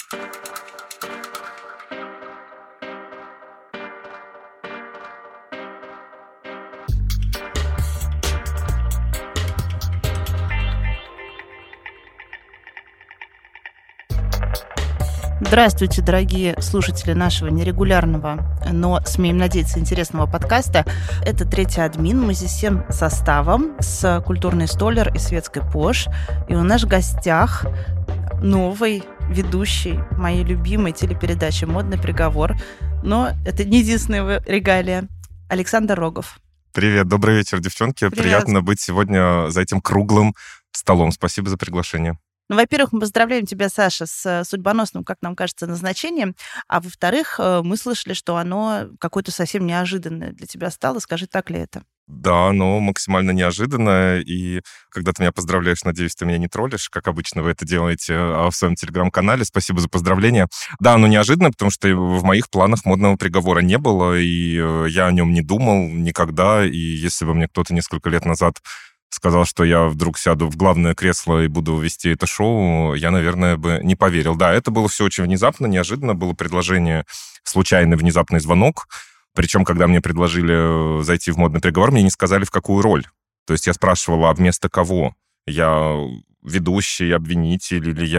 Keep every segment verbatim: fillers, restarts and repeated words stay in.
Здравствуйте, дорогие слушатели нашего нерегулярного, но, смеем надеяться, интересного подкаста. Это третий админ. Мы здесь всем составом с культурной столер и светской пош. И у нас в гостях новый ведущий моей любимой телепередачи «Модный приговор». Но это не единственная его регалия. Александр Рогов. Привет, добрый вечер, девчонки. Привет. Приятно быть сегодня за этим круглым столом. Спасибо за приглашение. Ну, во-первых, мы поздравляем тебя, Саша, с судьбоносным, как нам кажется, назначением. А во-вторых, мы слышали, что оно какое-то совсем неожиданное для тебя стало. Скажи, так ли это? Да, оно максимально неожиданное. И когда ты меня поздравляешь, надеюсь, ты меня не троллишь, как обычно вы это делаете в своем телеграм-канале. Спасибо за поздравление. Да, оно неожиданно, потому что в моих планах «Модного приговора» не было, и я о нем не думал никогда. И если бы мне кто-то несколько лет назад сказал, что я вдруг сяду в главное кресло и буду вести это шоу, я, наверное, бы не поверил. Да, это было все очень внезапно, неожиданно. Было предложение, случайный внезапный звонок. Причем, когда мне предложили зайти в «Модный приговор», мне не сказали, в какую роль. То есть я спрашивал, а вместо кого? Я ведущий, обвинитель или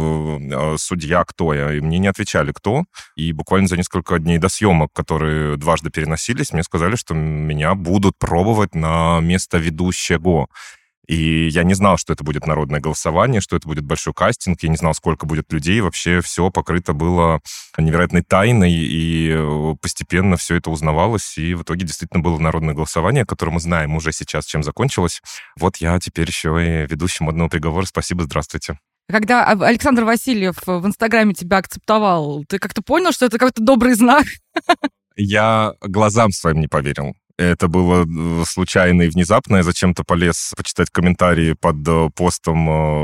я судья, кто я? И мне не отвечали, кто. И буквально за несколько дней до съемок, которые дважды переносились, мне сказали, что меня будут пробовать на место ведущего. И я не знал, что это будет народное голосование, что это будет большой кастинг, я не знал, сколько будет людей. Вообще все покрыто было невероятной тайной, и постепенно все это узнавалось. И в итоге действительно было народное голосование, которое мы знаем уже сейчас, чем закончилось. Вот я теперь еще и ведущий «Модного приговора». Спасибо, здравствуйте. Когда Александр Васильев в Инстаграме тебя акцептовал, ты как-то понял, что это какой-то добрый знак? Я глазам своим не поверил. Это было случайно и внезапно. Я зачем-то полез почитать комментарии под постом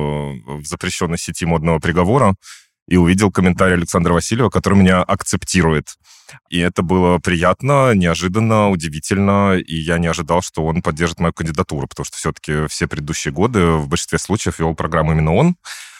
в запрещенной сети «Модного приговора» и увидел комментарий Александра Васильева, который меня акцептирует. И это было приятно, неожиданно, удивительно, и я не ожидал, что он поддержит мою кандидатуру, потому что все-таки все предыдущие годы в большинстве случаев вел программу именно он.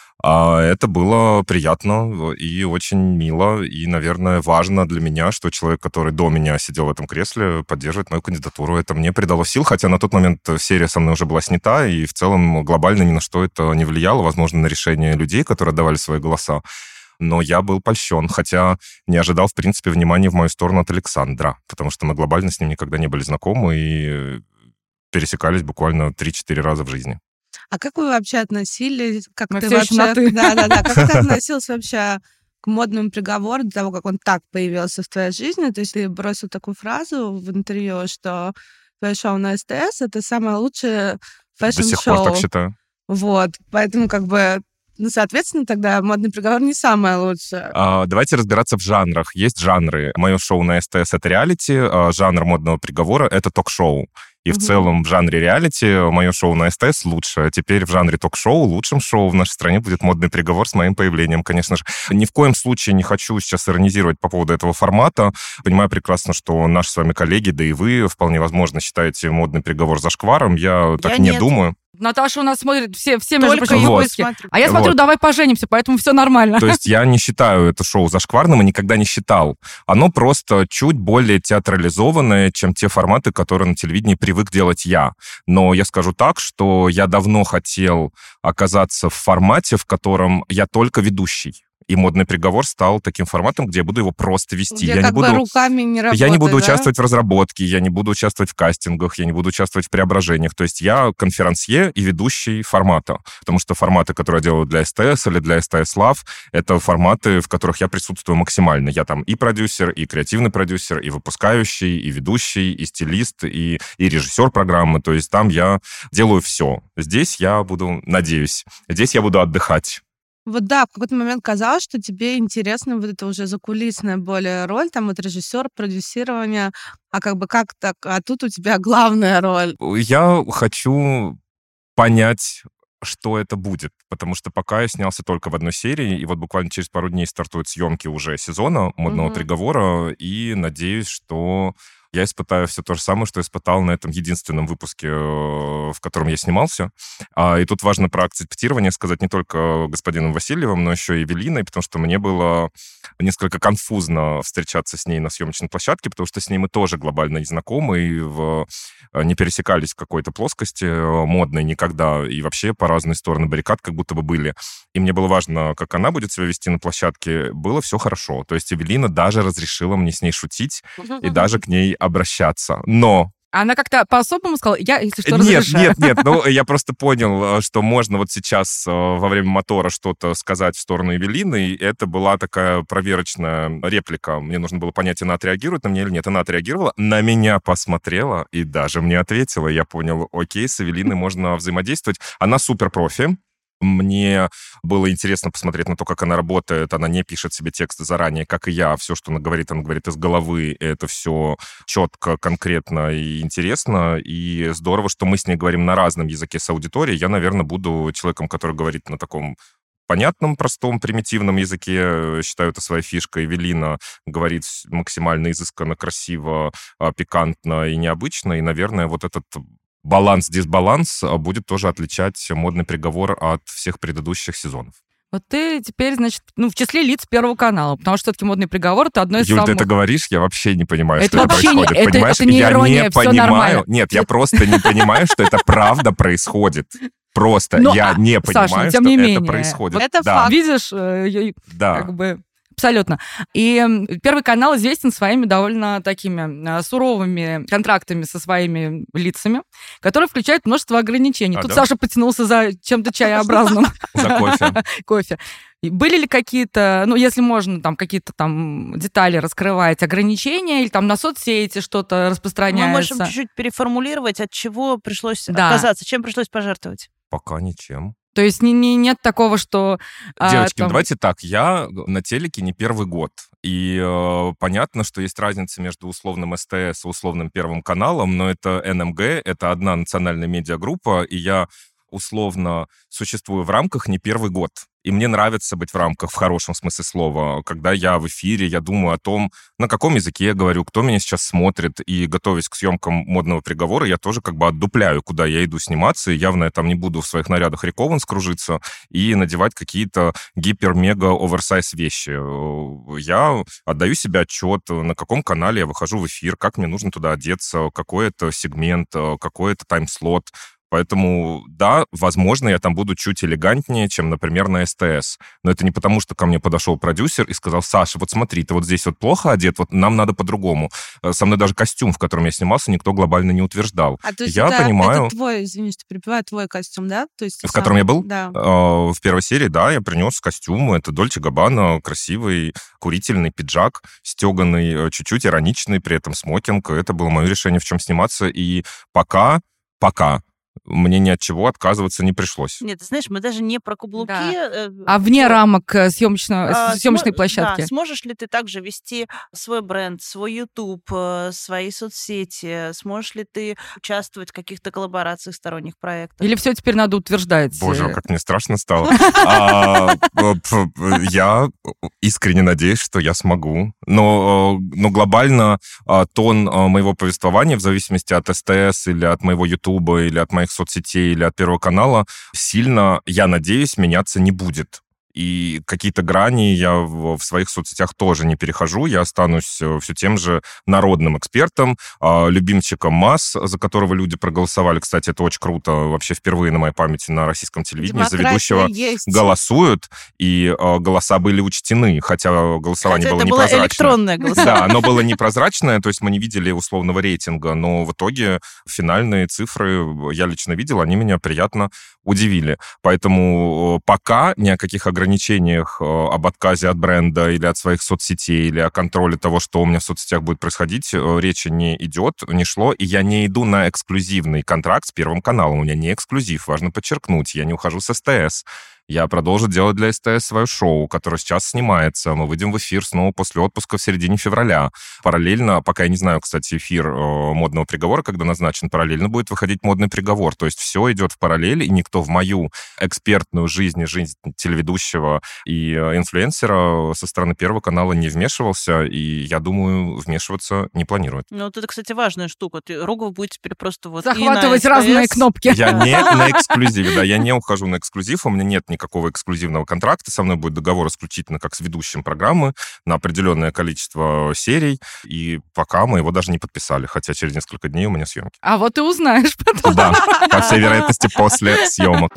А это было приятно и очень мило, и, наверное, важно для меня, что человек, который до меня сидел в этом кресле, поддерживает мою кандидатуру. Это мне придало сил, хотя на тот момент серия со мной уже была снята, и в целом глобально ни на что это не влияло, возможно, на решение людей, которые отдавали свои голоса. Но я был польщен, хотя не ожидал, в принципе, внимания в мою сторону от Александра, потому что мы глобально с ним никогда не были знакомы и пересекались буквально три-четыре раза в жизни. А как вы вообще относились, как Мы ты все еще на вообще, «ты». да, да, да, как ты относился вообще к «Модному приговору» до того, как он так появился в твоей жизни? То есть ты бросил такую фразу в интервью, что твое шоу на СТС — это самое лучшее фэшн-шоу. До сих пор так считаю. Вот, поэтому как бы, ну, соответственно, тогда «Модный приговор» не самое лучшее. А, давайте разбираться в жанрах. Есть жанры. Мое шоу на СТС — это реалити, а жанр «Модного приговора» — это ток-шоу. И в целом в жанре реалити мое шоу на СТС лучше. А теперь в жанре ток-шоу лучшим шоу в нашей стране будет «Модный приговор» с моим появлением, конечно же. Ни в коем случае не хочу сейчас иронизировать по поводу этого формата. Понимаю прекрасно, что наши с вами коллеги, да и вы, вполне возможно, считаете «Модный приговор» зашкваром. Я так Я не нет. думаю. Наташа у нас смотрит все, все между Только прочим, его выпуски. смотрю. А я смотрю, Вот. давай поженимся, поэтому все нормально. То есть я не считаю это шоу зашкварным и никогда не считал. Оно просто чуть более театрализованное, чем те форматы, которые на телевидении привык делать я. Но я скажу так, что я давно хотел оказаться в формате, в котором я только ведущий. И «Модный приговор» стал таким форматом, где я буду его просто вести. Где я как не буду... бы руками не работать, Я не буду да? участвовать в разработке, я не буду участвовать в кастингах, я не буду участвовать в преображениях. То есть я конферансье и ведущий формата. Потому что форматы, которые я делаю для СТС или для СТС Лав, это форматы, в которых я присутствую максимально. Я там и продюсер, и креативный продюсер, и выпускающий, и ведущий, и стилист, и, и режиссер программы. То есть там я делаю все. Здесь я буду, надеюсь, здесь я буду отдыхать. Вот да, в какой-то момент казалось, что тебе интересна вот эта уже закулисная более роль, там вот режиссер, продюсирование, а как бы как так, а тут у тебя главная роль. Я хочу понять, что это будет, потому что пока я снялся только в одной серии, и вот буквально через пару дней стартуют съемки уже сезона «Модного Мгм. приговора», и надеюсь, что я испытаю все то же самое, что испытал на этом единственном выпуске, в котором я снимался. И тут важно про акцептирование сказать не только господином Васильевым, но еще и Эвелиной, потому что мне было несколько конфузно встречаться с ней на съемочной площадке, потому что с ней мы тоже глобально не знакомы, и в... не пересекались в какой-то плоскости модной никогда, и вообще по разные стороны баррикад как будто бы были. И мне было важно, как она будет себя вести на площадке. Было все хорошо. То есть Эвелина даже разрешила мне с ней шутить и даже к ней обращаться. Но она как-то по-особому сказала, я, если что, Нет, разрешаю. нет, нет, ну, я просто понял, что можно вот сейчас во время мотора что-то сказать в сторону Эвелины, и это была такая проверочная реплика. Мне нужно было понять, она отреагирует на меня или нет. Она отреагировала, на меня посмотрела и даже мне ответила. Я понял, окей, с Эвелиной можно взаимодействовать. Она суперпрофи. Мне было интересно посмотреть на то, как она работает. Она не пишет себе тексты заранее, как и я. Все, что она говорит, она говорит из головы. Это все четко, конкретно и интересно. И здорово, что мы с ней говорим на разном языке с аудиторией. Я, наверное, буду человеком, который говорит на таком понятном, простом, примитивном языке. Считаю это своей фишкой. Эвелина говорит максимально изысканно, красиво, пикантно и необычно. И, наверное, вот этот баланс-дисбаланс будет тоже отличать модный приговор от всех предыдущих сезонов. Вот ты теперь, значит, ну, в числе лиц Первого канала, потому что все-таки модный приговор — это одно из Юль, самых... ты это говоришь, я вообще не понимаю, это что это происходит. Не, это, понимаешь? это не я ирония, не все понимаю. нормально. Нет, я просто не понимаю, что это правда происходит. Просто но, я не понимаю, Саша, что не менее, это происходит. Это да. факт. Видишь, э, да. как бы... Абсолютно. И Первый канал известен своими довольно такими суровыми контрактами со своими лицами, которые включают множество ограничений. А, Тут да? Саша потянулся за чем-то чаеобразным. За кофе. Кофе. Были ли какие-то, ну, если можно, там, какие-то там детали раскрывать, ограничения, или там на соцсети что-то распространяется? Мы можем чуть-чуть переформулировать, от чего пришлось Да. отказаться, чем пришлось пожертвовать. Пока ничем. То есть не, не, нет такого, что... Девочки, а, там... давайте так, я на телеке не первый год, и э, понятно, что есть разница между условным СТС и условным Первым каналом, но это эн эм гэ, это одна национальная медиагруппа, и я условно существую в рамках не первый год. И мне нравится быть в рамках, в хорошем смысле слова. Когда я в эфире, я думаю о том, на каком языке я говорю, кто меня сейчас смотрит. И готовясь к съемкам модного приговора, я тоже как бы отдупляю, куда я иду сниматься. И явно я там не буду в своих нарядах Рикованс кружиться и надевать какие-то гипер-мега-оверсайз вещи. Я отдаю себе отчет, на каком канале я выхожу в эфир, как мне нужно туда одеться, какой это сегмент, какой это тайм-слот. Поэтому, да, возможно, я там буду чуть элегантнее, чем, например, на СТС. Но это не потому, что ко мне подошел продюсер и сказал: Саша, вот смотри, ты вот здесь вот плохо одет, вот нам надо по-другому. Со мной даже костюм, в котором я снимался, никто глобально не утверждал. А то есть я это, понимаю... это твой, извини, что перебиваю, твой костюм, да? То есть в котором я был? Да. В первой серии, да, я принес костюм. Это Дольче Габбана, красивый курительный пиджак, стеганый, чуть-чуть ироничный, при этом смокинг. Это было мое решение, в чем сниматься. И пока, пока... мне ни от чего отказываться не пришлось. Нет, ты знаешь, мы даже не про каблуки. Да. А вне рамок съемочной, а, съемочной смо... площадки? Да, сможешь ли ты также вести свой бренд, свой YouTube, свои соцсети? Сможешь ли ты участвовать в каких-то коллаборациях, сторонних проектах? Или все теперь надо утверждать? Боже, как мне страшно стало. Я искренне надеюсь, что я смогу. Но глобально тон моего повествования, в зависимости от СТС или от моего Ютуба, или от моих соцсетей, или от Первого канала, сильно, я надеюсь, меняться не будет. И какие-то грани я в, в своих соцсетях тоже не перехожу. Я останусь все тем же народным экспертом, любимчиком масс, за которого люди проголосовали. Кстати, это очень круто. Вообще впервые на моей памяти на российском телевидении за ведущего есть. голосуют, и голоса были учтены, хотя голосование хотя было это непрозрачное. было электронное голосование. Да, оно было непрозрачное, то есть мы не видели условного рейтинга, но в итоге финальные цифры я лично видел, они меня приятно удивили. Поэтому пока ни о каких ограничениях ограничениях об отказе от бренда или от своих соцсетей, или о контроле того, что у меня в соцсетях будет происходить, речи не идет, не шло, и я не иду на эксклюзивный контракт с Первым каналом. У меня не эксклюзив, важно подчеркнуть. Я не ухожу с СТС. Я продолжу делать для СТС свое шоу, которое сейчас снимается. Мы выйдем в эфир снова после отпуска в середине февраля. Параллельно, пока я не знаю, кстати, эфир э, «Модного приговора», когда назначен, параллельно будет выходить «Модный приговор». То есть все идет в параллель, и никто в мою экспертную жизнь и жизнь телеведущего и э, инфлюенсера со стороны Первого канала не вмешивался, и, я думаю, вмешиваться не планирует. Ну, вот это, кстати, важная штука. Ты, Рогов будет теперь просто вот... Захватывать разные кнопки. Я не на эксклюзиве, да, я не ухожу на эксклюзив, у меня нет никакого эксклюзивного контракта, со мной будет договор исключительно как с ведущим программы на определенное количество серий, и пока мы его даже не подписали, хотя через несколько дней у меня съемки. А вот и узнаешь потом. Да, по всей вероятности, после съемок.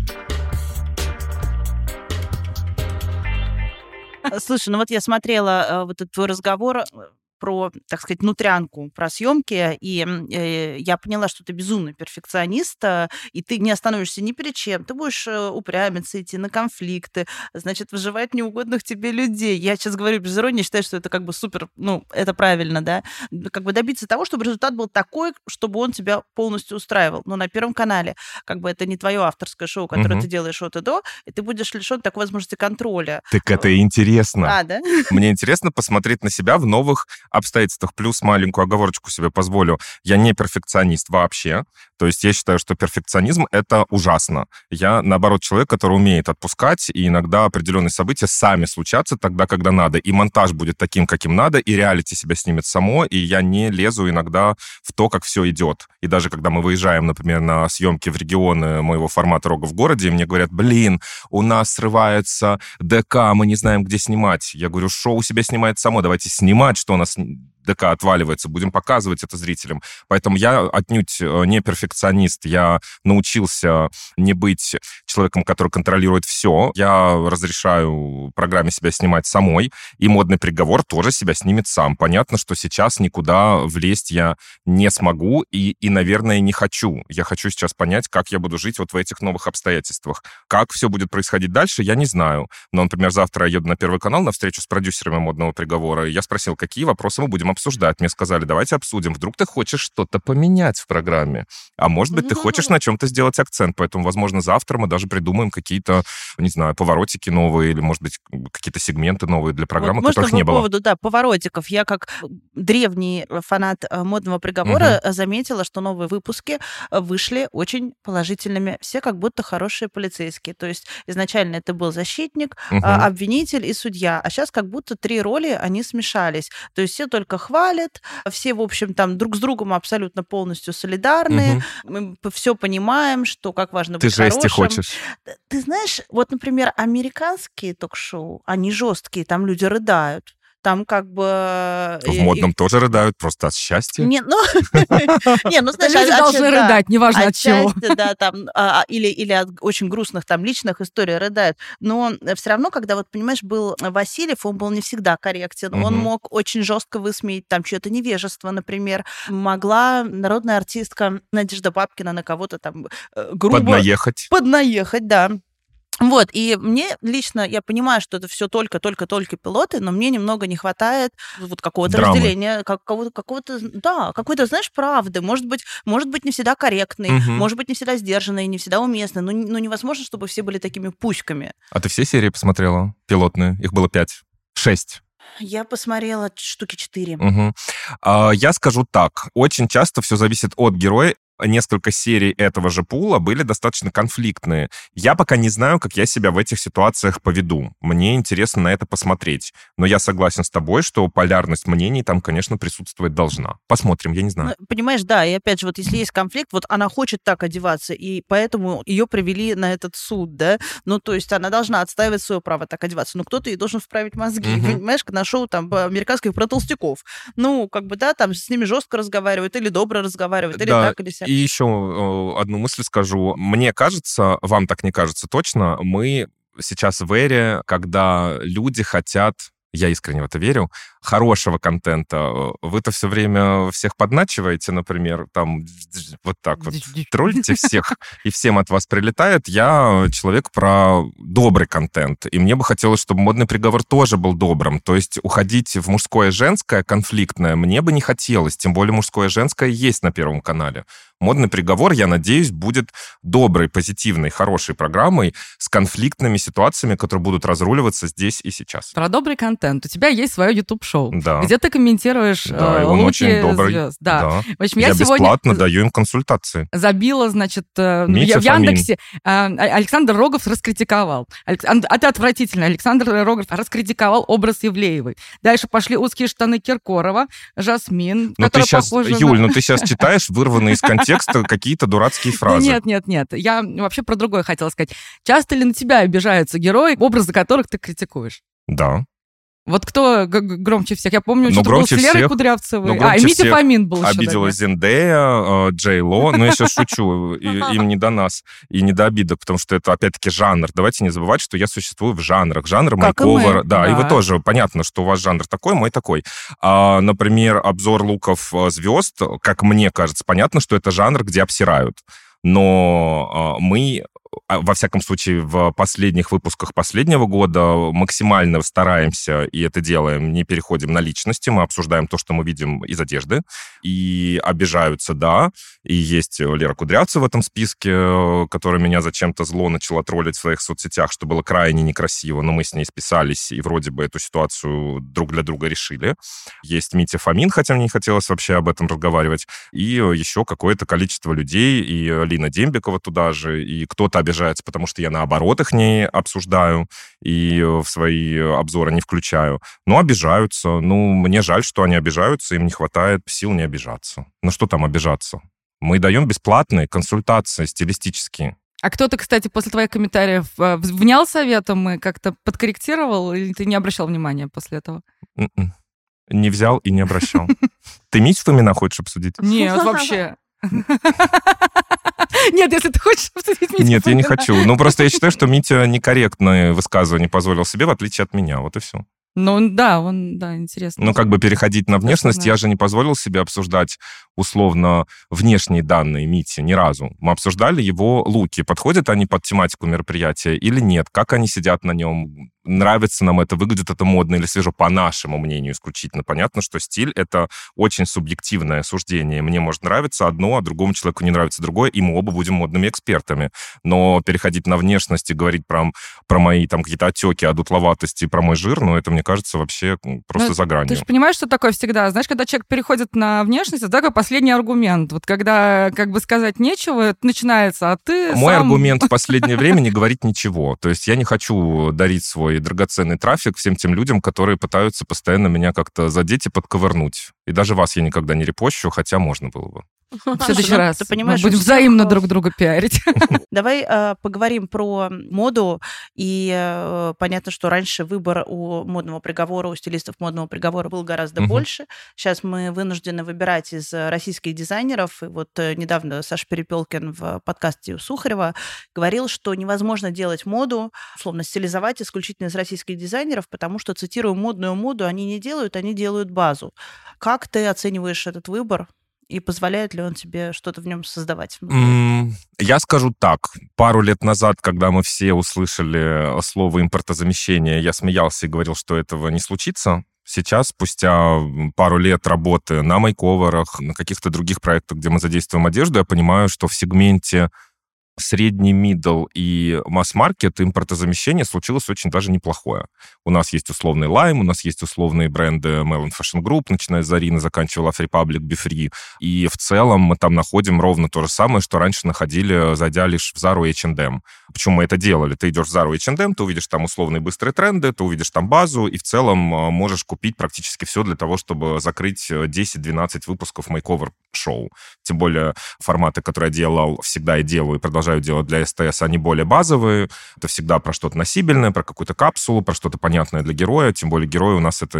Слушай, ну вот я смотрела вот этот твой разговор про, так сказать, внутрянку, про съемки, и э, я поняла, что ты безумный перфекционист, э, и ты не остановишься ни перед чем, ты будешь э, упрямиться, идти на конфликты, значит, выживать неугодных тебе людей. Я сейчас говорю без иронии, считаю, что это как бы супер, ну, это правильно, да, как бы добиться того, чтобы результат был такой, чтобы он тебя полностью устраивал. Но на Первом канале, как бы это не твое авторское шоу, которое угу. ты делаешь от и до, и ты будешь лишен такой возможности контроля. Так это и интересно. А, да? Мне интересно посмотреть на себя в новых обстоятельствах. Плюс маленькую оговорочку себе позволю. Я не перфекционист вообще. То есть я считаю, что перфекционизм — это ужасно. Я, наоборот, человек, который умеет отпускать, и иногда определенные события сами случатся тогда, когда надо. И монтаж будет таким, каким надо, и реалити себя снимет само, и я не лезу иногда в то, как все идет. И даже когда мы выезжаем, например, на съемки в регионы моего формата «Рога в городе», и мне говорят: блин, у нас срывается ДК, мы не знаем, где снимать. Я говорю: шоу себя снимает само, давайте снимать, что у нас ДК отваливается, будем показывать это зрителям. Поэтому я отнюдь не перфекционист, я научился не быть человеком, который контролирует все. Я разрешаю программе себя снимать самой, и «Модный приговор» тоже себя снимет сам. Понятно, что сейчас никуда влезть я не смогу и, и, наверное, не хочу. Я хочу сейчас понять, как я буду жить вот в этих новых обстоятельствах. Как все будет происходить дальше, я не знаю. Но, например, завтра я еду на Первый канал на встречу с продюсерами «Модного приговора», и я спросил, какие вопросы мы будем обсуждать. Мне сказали: давайте обсудим. Вдруг ты хочешь что-то поменять в программе. А может быть, ты хочешь на чем-то сделать акцент. Поэтому, возможно, завтра мы даже придумаем какие-то, не знаю, поворотики новые или, может быть, какие-то сегменты новые для программы, вот, которых можно не по было. поводу, да, поворотиков. Я, как древний фанат «Модного приговора», угу. заметила, что новые выпуски вышли очень положительными. Все как будто хорошие полицейские. То есть изначально это был защитник, угу. обвинитель и судья. А сейчас как будто три роли, они смешались. То есть все только хвалят, все, в общем, там друг с другом абсолютно полностью солидарны, угу. мы все понимаем, что как важно Ты быть хорошим. Ты жести хочешь. Ты знаешь, вот, например, американские ток-шоу, они жесткие, там люди рыдают. Там как бы... В «Модном» и... тоже рыдают, просто от счастья. Не, ну, не, ну знаешь, люди должны рыдать, неважно от чего. Да, там, или, или от очень грустных там личных историй рыдают. Но все равно, когда, вот, понимаешь, был Васильев, он был не всегда корректен. Он мог очень жестко высмеять там чье-то невежество, например. Могла народная артистка Надежда Бабкина на кого-то там грубо... Поднаехать. Поднаехать, да. Вот, и мне лично, я понимаю, что это все только-только-только пилоты, но мне немного не хватает вот какого-то Драмы. разделения, какого-то, какого-то, да, какой-то, знаешь, правды. Может быть, может быть, не всегда корректный, угу. может быть, не всегда сдержанный, не всегда уместный, но, но невозможно, чтобы все были такими пуськами. А ты все серии посмотрела? Пилотные? Их было пять. Шесть. Я посмотрела штуки четыре. Угу. А, я скажу так. Очень часто все зависит от героя. Несколько серий этого же пула были достаточно конфликтные. Я пока не знаю, как я себя в этих ситуациях поведу. Мне интересно на это посмотреть. Но я согласен с тобой, что полярность мнений там, конечно, присутствовать должна. Посмотрим, я не знаю. Ну, понимаешь, да, и опять же, вот если есть конфликт, вот она хочет так одеваться, и поэтому ее привели на этот суд, да, ну, то есть она должна отстаивать свое право так одеваться, но кто-то ей должен вправить мозги, mm-hmm. понимаешь, на шоу там американских про толстяков. Ну, как бы, да, там с ними жестко разговаривают, или добро разговаривают, или да. так, или сяк. И еще одну мысль скажу. Мне кажется, вам так не кажется точно, мы сейчас в эре, когда люди хотят, я искренне в это верю, хорошего контента. Вы-то все время всех подначиваете, например, там вот так вот троллите всех, и всем от вас прилетает. Я человек про добрый контент, и мне бы хотелось, чтобы «Модный приговор» тоже был добрым. То есть уходить в мужское-женское конфликтное мне бы не хотелось, тем более мужское-женское есть на Первом канале. Модный приговор, я надеюсь, будет доброй, позитивной, хорошей программой с конфликтными ситуациями, которые будут разруливаться здесь и сейчас. Про добрый контент. У тебя есть свое YouTube-шоу, да. где ты комментируешь да, э, он луки очень добрый. звезд. Да. Да. В общем, я я сегодня бесплатно даю им консультации. Забила, значит, э, Митя в Яндексе. Э, Александр Рогов раскритиковал. Александр, это отвратительно. Александр Рогов раскритиковал образ Ивлеевой. Дальше пошли узкие штаны Киркорова, Жасмин, ну, которая ты сейчас, похожа Юль, на... ну ты сейчас читаешь вырванные из контекста какие-то дурацкие фразы. Нет, нет, нет. Я вообще про другое хотела сказать. Часто ли на тебя обижаются герои, образы которых ты критикуешь? Да. Вот кто г- громче всех? Я помню, но что был с Лерой всех, Кудрявцевой. А, и Митя Фомин был еще. Обиделась Зендея, Джей Ло. Но я сейчас шучу. Им не до нас. И не до обидок, потому что это, опять-таки, жанр. Давайте не забывать, что я существую в жанрах. Жанр майковер. Да, и вы тоже. Понятно, что у вас жанр такой, мой такой. Например, обзор луков звезд, как мне кажется, понятно, что это жанр, где обсирают. Но мы... во всяком случае, в последних выпусках последнего года максимально стараемся, и это делаем, не переходим на личности, мы обсуждаем то, что мы видим из одежды, и обижаются, да, и есть Лера Кудрявцева в этом списке, которая меня зачем-то зло начала троллить в своих соцсетях, что было крайне некрасиво, но мы с ней списались, и вроде бы эту ситуацию друг для друга решили. Есть Митя Фомин, хотя мне не хотелось вообще об этом разговаривать, и еще какое-то количество людей, и Лина Дембикова туда же, и кто-то обижается, потому что я, наоборот, их не обсуждаю и в свои обзоры не включаю. Но обижаются. Ну, мне жаль, что они обижаются, им не хватает сил не обижаться. Ну, что там обижаться? Мы даем бесплатные консультации стилистические. А кто-то, кстати, после твоих комментариев внял советом и как-то подкорректировал, или ты не обращал внимания после этого? Не взял и не обращал. Ты Митю Фомина хочешь обсудить? Нет, вообще. Нет, если ты хочешь обсудить Митю Нет, Фомина. я не хочу. Ну, просто я считаю, что Митя некорректное высказывание позволил себе, в отличие от меня. Вот и все. Ну, да, он, да, интересно. Ну, как бы переходить на внешность, Точно, да. я же не позволил себе обсуждать условно внешние данные Мити ни разу. Мы обсуждали его луки. Подходят они под тематику мероприятия или нет? Как они сидят на нем? Нравится нам это? Выглядит это модно или свежо? По нашему мнению исключительно. Понятно, что стиль — это очень субъективное суждение. Мне может нравиться одно, а другому человеку не нравится другое, и мы оба будем модными экспертами. Но переходить на внешность и говорить про, про мои там какие-то отеки, одутловатости, про мой жир, ну, это, мне кажется, вообще просто Ну, за гранью. Ты же понимаешь, что такое всегда? Знаешь, когда человек переходит на внешность, это такой последний аргумент. Вот когда, как бы сказать нечего, это начинается, а ты Мой сам... аргумент в последнее время не говорить ничего. То есть я не хочу дарить свой драгоценный трафик всем тем людям, которые пытаются постоянно меня как-то задеть и подковырнуть. И даже вас я никогда не репощу, хотя можно было бы. В следующий раз ты понимаешь, мы будем у всех, взаимно э, друг друга пиарить. Давай э, поговорим про моду. И э, понятно, что раньше выбор у модного приговора, у стилистов модного приговора был гораздо Мгм. больше. Сейчас мы вынуждены выбирать из э, российских дизайнеров. И вот э, недавно Саша Перепелкин в подкасте у Сухарева говорил, что невозможно делать моду, условно стилизовать исключительно из российских дизайнеров, потому что, цитирую, модную моду они не делают, они делают базу. Как ты оцениваешь этот выбор? И позволяет ли он тебе что-то в нем создавать? внутри? М, Я скажу так. Пару лет назад, когда мы все услышали слово импортозамещение, я смеялся и говорил, что этого не случится. Сейчас, спустя пару лет работы на мейковерах, на каких-то других проектах, где мы задействуем одежду, я понимаю, что в сегменте средний, мидл и масс-маркет импортозамещение случилось очень даже неплохое. У нас есть условный Lime, у нас есть условные бренды Melon Fashion Group, начиная с Зарины, заканчивая Love Republic, Be Free. И в целом мы там находим ровно то же самое, что раньше находили, зайдя лишь в Zara и эйч энд эм. Почему мы это делали? Ты идешь в Zara и эйч энд эм, ты увидишь там условные быстрые тренды, ты увидишь там базу, и в целом а, можешь купить практически все для того, чтобы закрыть десять-двенадцать выпусков мейковер-шоу. Тем более форматы, которые я делал всегда и делаю, и продолжаю делать для эс тэ эс, они более базовые. Это всегда про что-то носибельное, про какую-то капсулу, про что-то понятное для героя. Тем более герои у нас это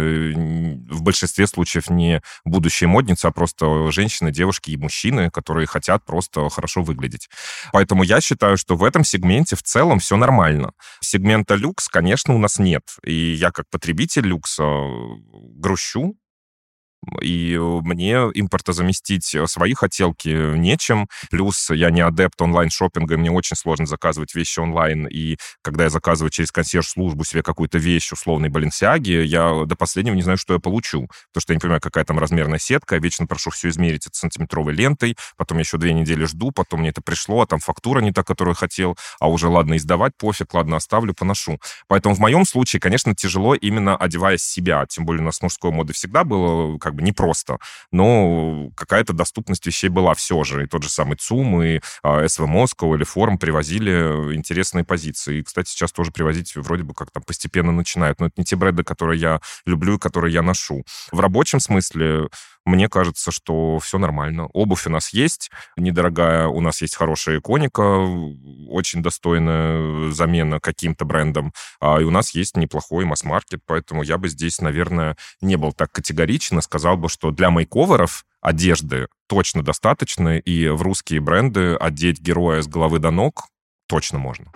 в большинстве случаев не будущие модницы, а просто женщины, девушки и мужчины, которые хотят просто хорошо выглядеть. Поэтому я считаю, что в этом сегменте в целом все нормально. Сегмента люкс, конечно, у нас нет. И я как потребитель люкса грущу. И мне импортозаместить свои хотелки нечем. Плюс я не адепт онлайн-шоппинга, мне очень сложно заказывать вещи онлайн. И когда я заказываю через консьерж-службу себе какую-то вещь условной Баленсиаги, я до последнего не знаю, что я получу. Потому что я не понимаю, какая там размерная сетка. Я вечно прошу все измерить это сантиметровой лентой. Потом я еще две недели жду, потом мне это пришло, а там фактура не та, которую хотел. А уже ладно издавать, пофиг, ладно оставлю, поношу. Поэтому в моем случае, конечно, тяжело именно одевая себя. Тем более у нас мужской моды всегда было как бы непросто. Но какая-то доступность вещей была все же. И тот же самый ЦУМ, и эс ви Moscow или Форум привозили интересные позиции. И, кстати, сейчас тоже привозить вроде бы как там постепенно начинают. Но это не те бренды, которые я люблю и которые я ношу. В рабочем смысле мне кажется, что все нормально. Обувь у нас есть, недорогая, у нас есть хорошая иконика, очень достойная замена каким-то брендам, а и у нас есть неплохой масс-маркет, поэтому я бы здесь, наверное, не был так категоричен, сказал бы, что для мейковеров одежды точно достаточно, и в русские бренды одеть героя с головы до ног точно можно.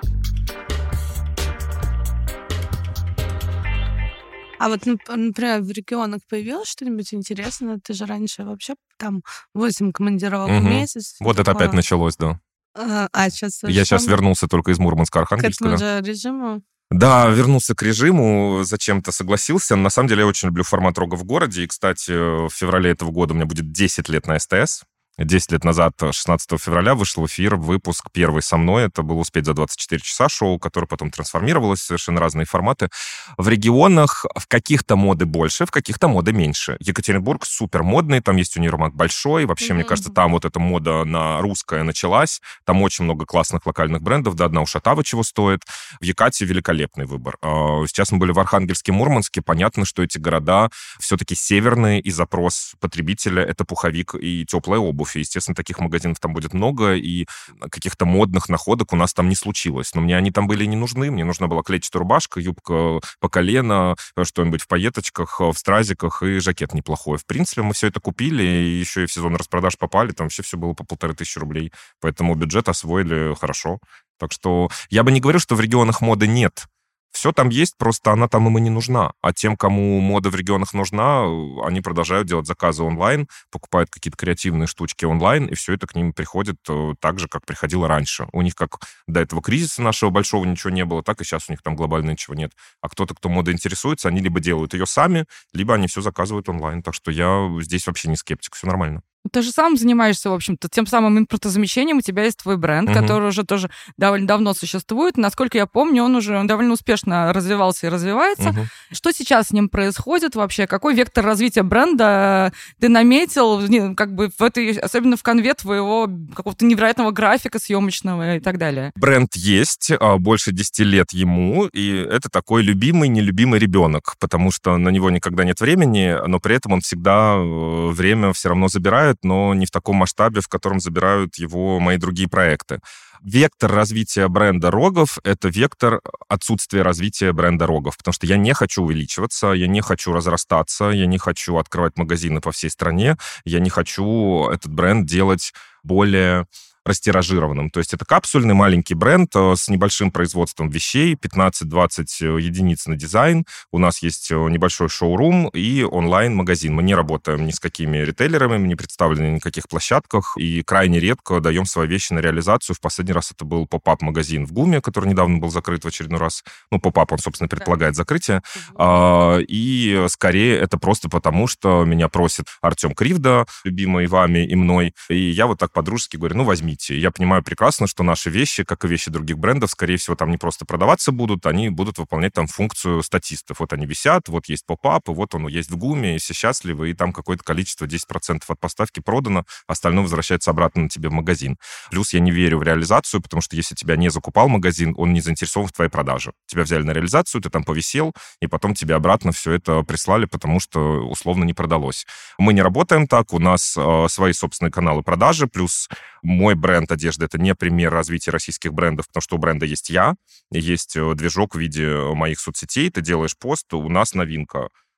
А вот, например, в регионах появилось что-нибудь интересное? Ты же раньше вообще там восемь командировок угу. в месяц. Вот это опять началось, да. А, а сейчас... Я сейчас вернулся только из Мурманска, Архангельска. К этому же режиму? Да, вернулся к режиму, зачем-то согласился. На самом деле я очень люблю формат «Рога в городе». И, кстати, в феврале этого года у меня будет десять лет на СТС. Десять лет назад, шестнадцатого февраля, вышел в эфир выпуск первый со мной. Это был «Успеть за двадцать четыре часа» шоу, которое потом трансформировалось в совершенно разные форматы. В регионах в каких-то моды больше, в каких-то моды меньше. Екатеринбург супер модный, там есть универмаг большой. Вообще, mm-hmm. мне кажется, там вот эта мода на русская началась. Там очень много классных локальных брендов. Да, одна уж Оттава чего стоит. В Екате великолепный выбор. Сейчас мы были в Архангельске, Мурманске. Понятно, что эти города все-таки северные, и запрос потребителя — это пуховик и теплая обувь. И, естественно, таких магазинов там будет много, и каких-то модных находок у нас там не случилось. Но мне они там были не нужны. Мне нужна была клетчатая рубашка, юбка по колено, что-нибудь в пайеточках, в стразиках и жакет неплохой. В принципе, мы все это купили, и еще и в сезон распродаж попали. Там вообще все было по полторы тысячи рублей. Поэтому бюджет освоили хорошо. Так что я бы не говорил, что в регионах моды нет. Все там есть, просто она там им и не нужна. А тем, кому мода в регионах нужна, они продолжают делать заказы онлайн, покупают какие-то креативные штучки онлайн, и все это к ним приходит так же, как приходило раньше. У них как до этого кризиса нашего большого ничего не было, так и сейчас у них там глобально ничего нет. А кто-то, кто модой интересуется, они либо делают ее сами, либо они все заказывают онлайн. Так что я здесь вообще не скептик, все нормально. Ты же сам занимаешься, в общем-то, тем самым импортозамещением. У тебя есть твой бренд, uh-huh. который уже тоже довольно давно существует. Насколько я помню, он уже довольно успешно развивался и развивается. Uh-huh. Что сейчас с ним происходит вообще? Какой вектор развития бренда ты наметил, как бы в этой, особенно в конве твоего какого-то невероятного графика съемочного и так далее? Бренд есть, больше десяти лет ему, и это такой любимый, нелюбимый ребенок, потому что на него никогда нет времени, но при этом он всегда время все равно забирает, но не в таком масштабе, в котором забирают его мои другие проекты. Вектор развития бренда Рогов — это вектор отсутствия развития бренда Рогов, потому что я не хочу увеличиваться, я не хочу разрастаться, я не хочу открывать магазины по всей стране, я не хочу этот бренд делать более растиражированным. То есть это капсульный маленький бренд с небольшим производством вещей, пятнадцать-двадцать единиц на дизайн. У нас есть небольшой шоурум и онлайн-магазин. Мы не работаем ни с какими ритейлерами, мы не представлены ни на каких площадках и крайне редко даем свои вещи на реализацию. В последний раз это был поп-ап-магазин в ГУМе, который недавно был закрыт в очередной раз. Ну, поп-ап, он, собственно, предполагает закрытие. А, и скорее это просто потому, что меня просит Артем Кривда, любимый вами и мной, и я вот так по-дружески говорю, ну, возьмите. Я понимаю прекрасно, что наши вещи, как и вещи других брендов, скорее всего, там не просто продаваться будут, они будут выполнять там функцию статистов. Вот они висят, вот есть поп-ап, и вот он есть в ГУМе, и все счастливы, и там какое-то количество, десять процентов от поставки продано, остальное возвращается обратно на тебе в магазин. Плюс я не верю в реализацию, потому что если тебя не закупал магазин, он не заинтересован в твоей продаже. Тебя взяли на реализацию, ты там повисел, и потом тебе обратно все это прислали, потому что условно не продалось. Мы не работаем так, у нас э, свои собственные каналы продажи, плюс мой бренд одежды — это не пример развития российских брендов, потому что у бренда есть я, есть движок в виде моих соцсетей, ты делаешь пост, у нас новинка.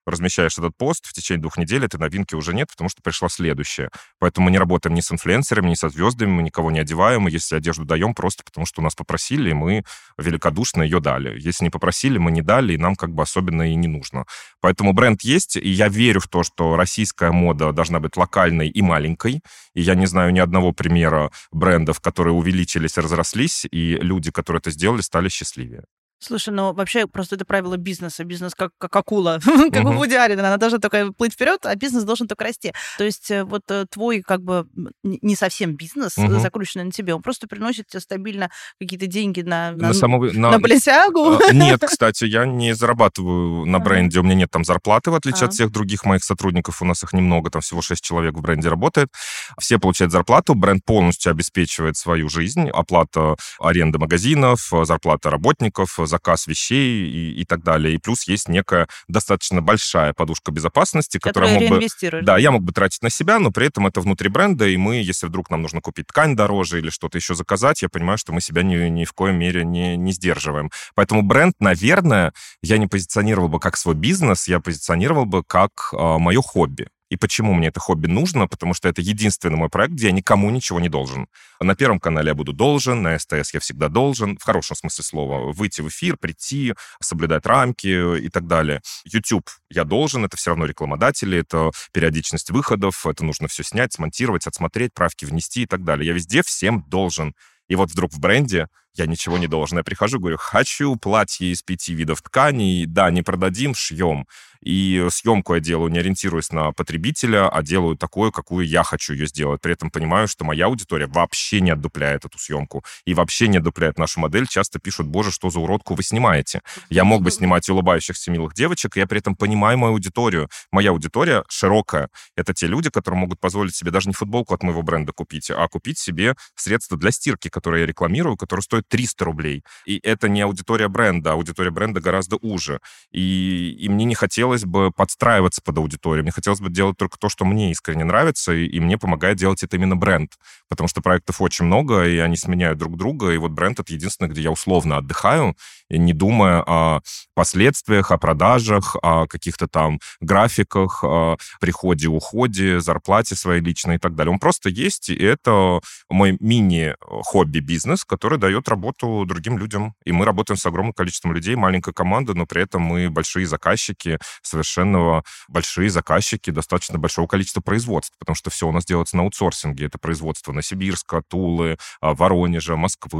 размещаешь этот пост, в течение двух недель этой новинки уже нет, потому что пришла следующая. Поэтому мы не работаем ни с инфлюенсерами, ни со звездами, мы никого не одеваем, и если одежду даем, просто потому что у нас попросили, и мы великодушно ее дали. Если не попросили, мы не дали, и нам как бы особенно и не нужно. Поэтому бренд есть, и я верю в то, что российская мода должна быть локальной и маленькой, и я не знаю ни одного примера брендов, которые увеличились и разрослись, и люди, которые это сделали, стали счастливее. Слушай, ну вообще просто это правило бизнеса. Бизнес как, как акула, как у Вуди Аллена. Она должна только плыть вперед, а бизнес должен только расти. То есть вот твой как бы не совсем бизнес, закрученный на тебе, он просто приносит тебе стабильно какие-то деньги на, на, на, самого, на, на присягу. Нет, кстати, я не зарабатываю на бренде. У меня нет там зарплаты, в отличие от всех других моих сотрудников. У нас их немного, там всего шесть человек в бренде работает. Все получают зарплату. Бренд полностью обеспечивает свою жизнь. Оплата аренды магазинов, зарплата работников, заказ вещей и, и так далее. И плюс есть некая достаточно большая подушка безопасности, которая мог бы... Да, я мог бы тратить на себя, но при этом это внутри бренда, и мы, если вдруг нам нужно купить ткань дороже или что-то еще заказать, я понимаю, что мы себя ни, ни в коем мере не, не сдерживаем. Поэтому бренд, наверное, я не позиционировал бы как свой бизнес, я позиционировал бы как э, мое хобби. И почему мне это хобби нужно? Потому что это единственный мой проект, где я никому ничего не должен. На Первом канале я буду должен, на СТС я всегда должен, в хорошем смысле слова, выйти в эфир, прийти, соблюдать рамки и так далее. YouTube я должен, это все равно рекламодатели, это периодичность выходов, это нужно все снять, смонтировать, отсмотреть, правки внести и так далее. Я везде всем должен. И вот вдруг в бренде я ничего не должен. Я прихожу, говорю, хочу платье из пяти видов тканей, да, не продадим, шьем. И съемку я делаю, не ориентируясь на потребителя, а делаю такую, какую я хочу ее сделать. При этом понимаю, что моя аудитория вообще не отдупляет эту съемку и вообще не отдупляет нашу модель. Часто пишут, боже, что за уродку вы снимаете. Я мог бы снимать улыбающихся милых девочек, и я при этом понимаю мою аудиторию. Моя аудитория широкая. Это те люди, которые могут позволить себе даже не футболку от моего бренда купить, а купить себе средства для стирки, которые я рекламирую, которые стоят триста рублей. И это не аудитория бренда, а аудитория бренда гораздо уже. И, и мне не хотелось бы подстраиваться под аудиторию. Мне хотелось бы делать только то, что мне искренне нравится, и, и мне помогает делать это именно бренд. Потому что проектов очень много, и они сменяют друг друга. И вот бренд — это единственное, где я условно отдыхаю, не думая о последствиях, о продажах, о каких-то там графиках, о приходе, уходе, зарплате своей личной и так далее. Он просто есть, и это мой мини-хобби-бизнес, который дает работу другим людям. И мы работаем с огромным количеством людей, маленькая команда, но при этом мы большие заказчики, совершенно большие заказчики достаточно большого количества производств, потому что все у нас делается на аутсорсинге. Это производство Новосибирска, Тулы, Воронежа,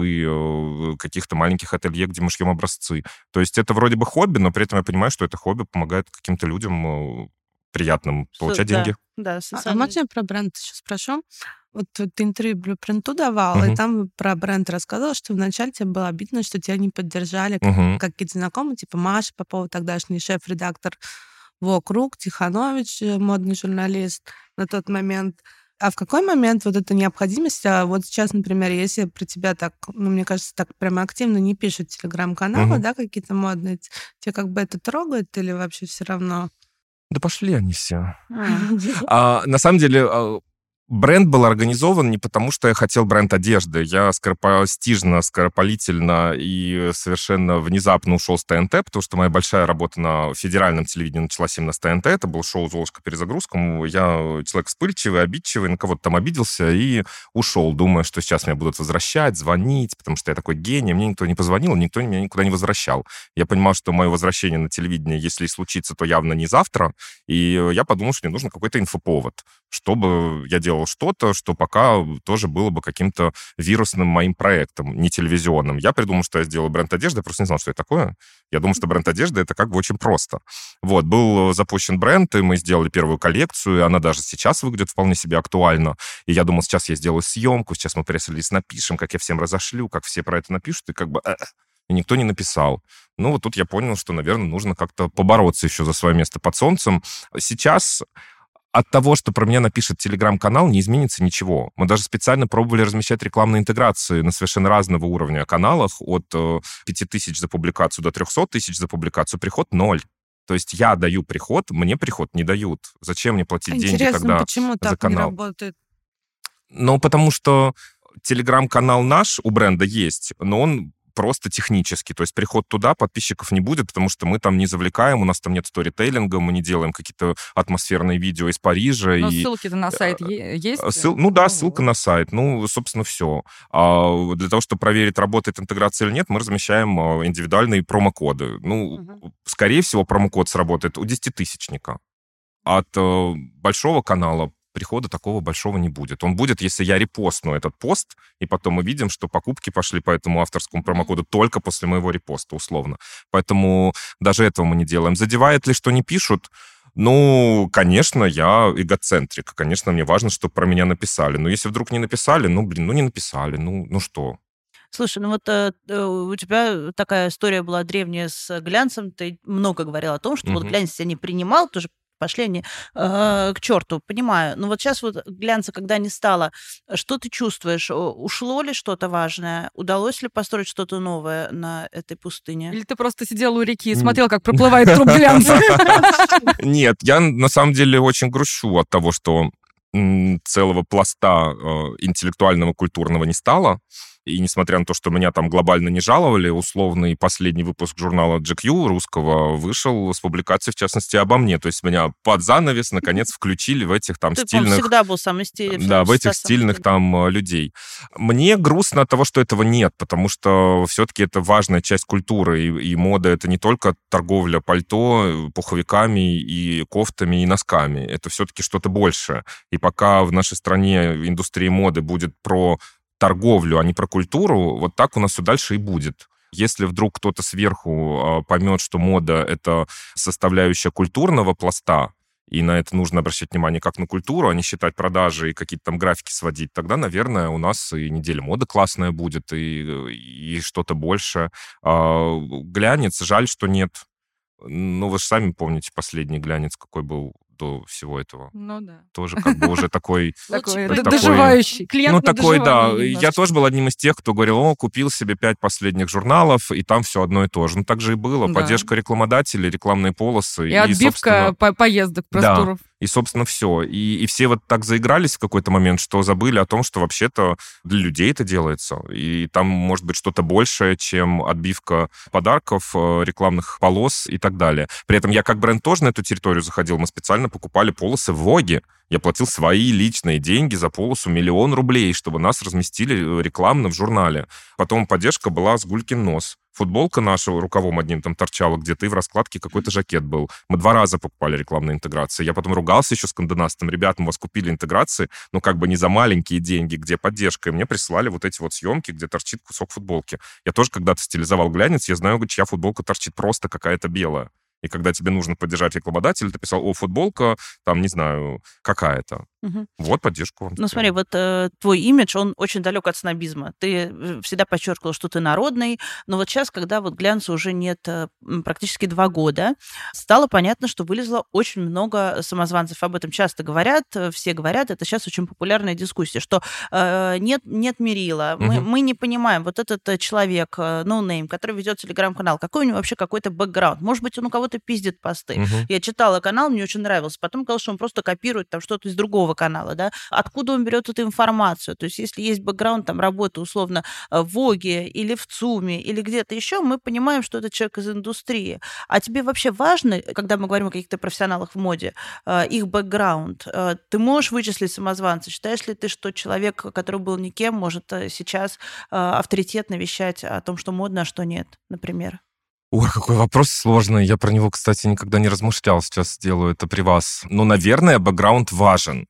Москвы, каких-то маленьких ателье, где мы шьем образцы. То есть это вроде бы хобби, но при этом я понимаю, что это хобби помогает каким-то людям приятным получать да, деньги. Да, а можно я про бренд еще спрошу? Вот ты интервью Блюпринту давал, uh-huh. и там про бренд рассказывал, что вначале тебе было обидно, что тебя не поддержали uh-huh. как какие-то знакомые, типа Маша Попова, тогдашний шеф-редактор «Вокруг», Тиханович, модный журналист на тот момент. А в какой момент вот эта необходимость, а вот сейчас, например, если про тебя так, ну, мне кажется, так прямо активно не пишут телеграм-каналы, uh-huh. да, какие-то модные, тебе как бы это трогает или вообще все равно? Да пошли они все. Uh-huh. А, на самом деле... Бренд был организован не потому, что я хотел бренд одежды. Я скоропостижно, скоропалительно и совершенно внезапно ушел с ТНТ, потому что моя большая работа на федеральном телевидении началась именно с ТНТ. Это был шоу «Золушка перезагрузка». Я человек вспыльчивый, обидчивый, на кого-то там обиделся и ушел, думая, что сейчас меня будут возвращать, звонить, потому что я такой гений. Мне никто не позвонил, никто меня никуда не возвращал. Я понимал, что мое возвращение на телевидение, если и случится, то явно не завтра. И я подумал, что мне нужен какой-то инфоповод, чтобы я делал что-то, что пока тоже было бы каким-то вирусным моим проектом, не телевизионным. Я придумал, что я сделаю бренд одежды, я просто не знал, что это такое. Я думал, что бренд одежды — это как бы очень просто. Вот, был запущен бренд, и мы сделали первую коллекцию, и она даже сейчас выглядит вполне себе актуально. И я думал, сейчас я сделаю съемку, сейчас мы пресс-релиз напишем, как я всем разошлю, как все про это напишут, и как бы... И никто не написал. Ну, вот тут я понял, что, наверное, нужно как-то побороться еще за свое место под солнцем. Сейчас... От того, что про меня напишет телеграм-канал, не изменится ничего. Мы даже специально пробовали размещать рекламные интеграции на совершенно разного уровня каналах, от пяти тысяч за публикацию до трехсот тысяч за публикацию. Приход ноль. То есть я даю приход, мне приход не дают. Зачем мне платить Интересно, деньги, когда почему так за канал? Не работает? Ну, потому что телеграм-канал наш у бренда есть, но он просто технически. То есть приход туда подписчиков не будет, потому что мы там не завлекаем, у нас там нет сторителлинга, мы не делаем какие-то атмосферные видео из Парижа. Но и... ссылки-то на сайт есть? Ссыл... Ну да, ссылка на сайт. Ну, собственно, все. А для того, чтобы проверить, работает интеграция или нет, мы размещаем индивидуальные промокоды. Ну, угу. Скорее всего, промокод сработает у десятитысячника. От э, большого канала прихода такого большого не будет. Он будет, если я репостну этот пост, и потом мы видим, что покупки пошли по этому авторскому промокоду только после моего репоста, условно. Поэтому даже этого мы не делаем. Задевает ли, что не пишут? Ну, конечно, я эгоцентрик. Конечно, мне важно, чтобы про меня написали. Но если вдруг не написали, ну, блин, ну не написали, ну, ну что? Слушай, ну вот э, у тебя такая история была древняя с глянцем. Ты много говорил о том, что угу. вот глянец тебя не принимал, тоже пошли они э, к черту, понимаю. Но вот сейчас вот глянца, когда не стало, что ты чувствуешь? Ушло ли что-то важное? Удалось ли построить что-то новое на этой пустыне? Или ты просто сидел у реки и смотрел, как проплывает труп глянца? Нет, я на самом деле очень грущу от того, что целого пласта интеллектуального, культурного не стало. И несмотря на то, что меня там глобально не жаловали, условный последний выпуск журнала джи кью русского вышел с публикацией, в частности, обо мне. То есть меня под занавес, наконец, включили в этих там Ты, стильных... Ты всегда был самый стильный. Да, в этих стильных там людей. Мне грустно от того, что этого нет, потому что все-таки это важная часть культуры. И, и мода — это не только торговля пальто, пуховиками и кофтами и носками. Это все-таки что-то большее. И пока в нашей стране индустрия моды будет про торговлю, а не про культуру, вот так у нас все дальше и будет. Если вдруг кто-то сверху поймет, что мода — это составляющая культурного пласта, и на это нужно обращать внимание как на культуру, а не считать продажи и какие-то там графики сводить, тогда, наверное, у нас и неделя моды классная будет, и, и что-то больше. А глянец, жаль, что нет. Ну, вы же сами помните последний глянец, какой был до всего этого. Ну да. Тоже как бы уже такой... Такой доживающий. Клиент Ну, такой, да. Я тоже был одним из тех, кто говорил, о, купил себе пять последних журналов, и там все одно и то же. Ну, так же и было. Поддержка рекламодателей, рекламные полосы. И отбивка поездок, пресс-туров. И, собственно, все. И, и все вот так заигрались в какой-то момент, что забыли о том, что вообще-то для людей это делается. И там может быть что-то большее, чем отбивка подарков, рекламных полос и так далее. При этом я как бренд тоже на эту территорию заходил. Мы специально покупали полосы в Воге. Я платил свои личные деньги за полосу миллион рублей, чтобы нас разместили рекламно в журнале. Потом поддержка была с Гулькин нос. Футболка наша рукавом одним там торчала где-то, и в раскладке какой-то жакет был. Мы два раза покупали рекламные интеграции. Я потом ругался еще с Конде-Настом. Ребят, мы у вас купили интеграции, но как бы не за маленькие деньги, где поддержка. И мне присылали вот эти вот съемки, где торчит кусок футболки. Я тоже когда-то стилизовал глянец, я знаю, чья футболка торчит просто какая-то белая. И когда тебе нужно поддержать рекламодателя, ты писал, о, футболка, там, не знаю, какая-то. Угу. Вот поддержку вам. Ну, смотри, вот э, твой имидж, он очень далек от снобизма. Ты всегда подчеркивал, что ты народный, но вот сейчас, когда вот глянца уже нет э, практически два года, стало понятно, что вылезло очень много самозванцев. Об этом часто говорят, все говорят, это сейчас очень популярная дискуссия, что э, нет, нет мерила, угу. мы, мы не понимаем, вот этот человек, ноунейм, который ведет телеграм-канал, какой у него вообще какой-то бэкграунд. Может быть, он у кого-то пиздит посты. Угу. Я читала канал, мне очень нравился. Потом сказал, что он просто копирует там что-то из другого канала, да, откуда он берет эту информацию. То есть если есть бэкграунд, там, работы, условно, в Воге или в ЦУМе или где-то еще, мы понимаем, что это человек из индустрии. А тебе вообще важно, когда мы говорим о каких-то профессионалах в моде, их бэкграунд? Ты можешь вычислить самозванца? Считаешь ли ты, что человек, который был никем, может сейчас авторитетно вещать о том, что модно, а что нет, например? Ой, какой вопрос сложный. Я про него, кстати, никогда не размышлял. Сейчас сделаю это при вас. Ну, наверное, бэкграунд важен.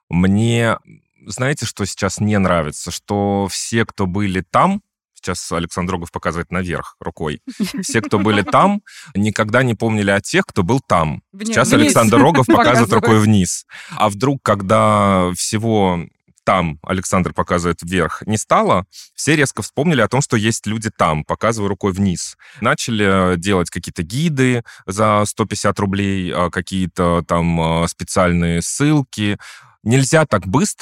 Мне, знаете, что сейчас не нравится? Что все, кто были там, сейчас Александр Рогов показывает наверх рукой, все, кто были там, никогда не помнили о тех, кто был там. Сейчас Александр Рогов показывает рукой вниз. А вдруг, когда всего... там, Александр показывает вверх, не стало, все резко вспомнили о том, что есть люди там, показывая рукой вниз. Начали делать какие-то гиды за сто пятьдесят рублей, какие-то там специальные ссылки. Нельзя так быстро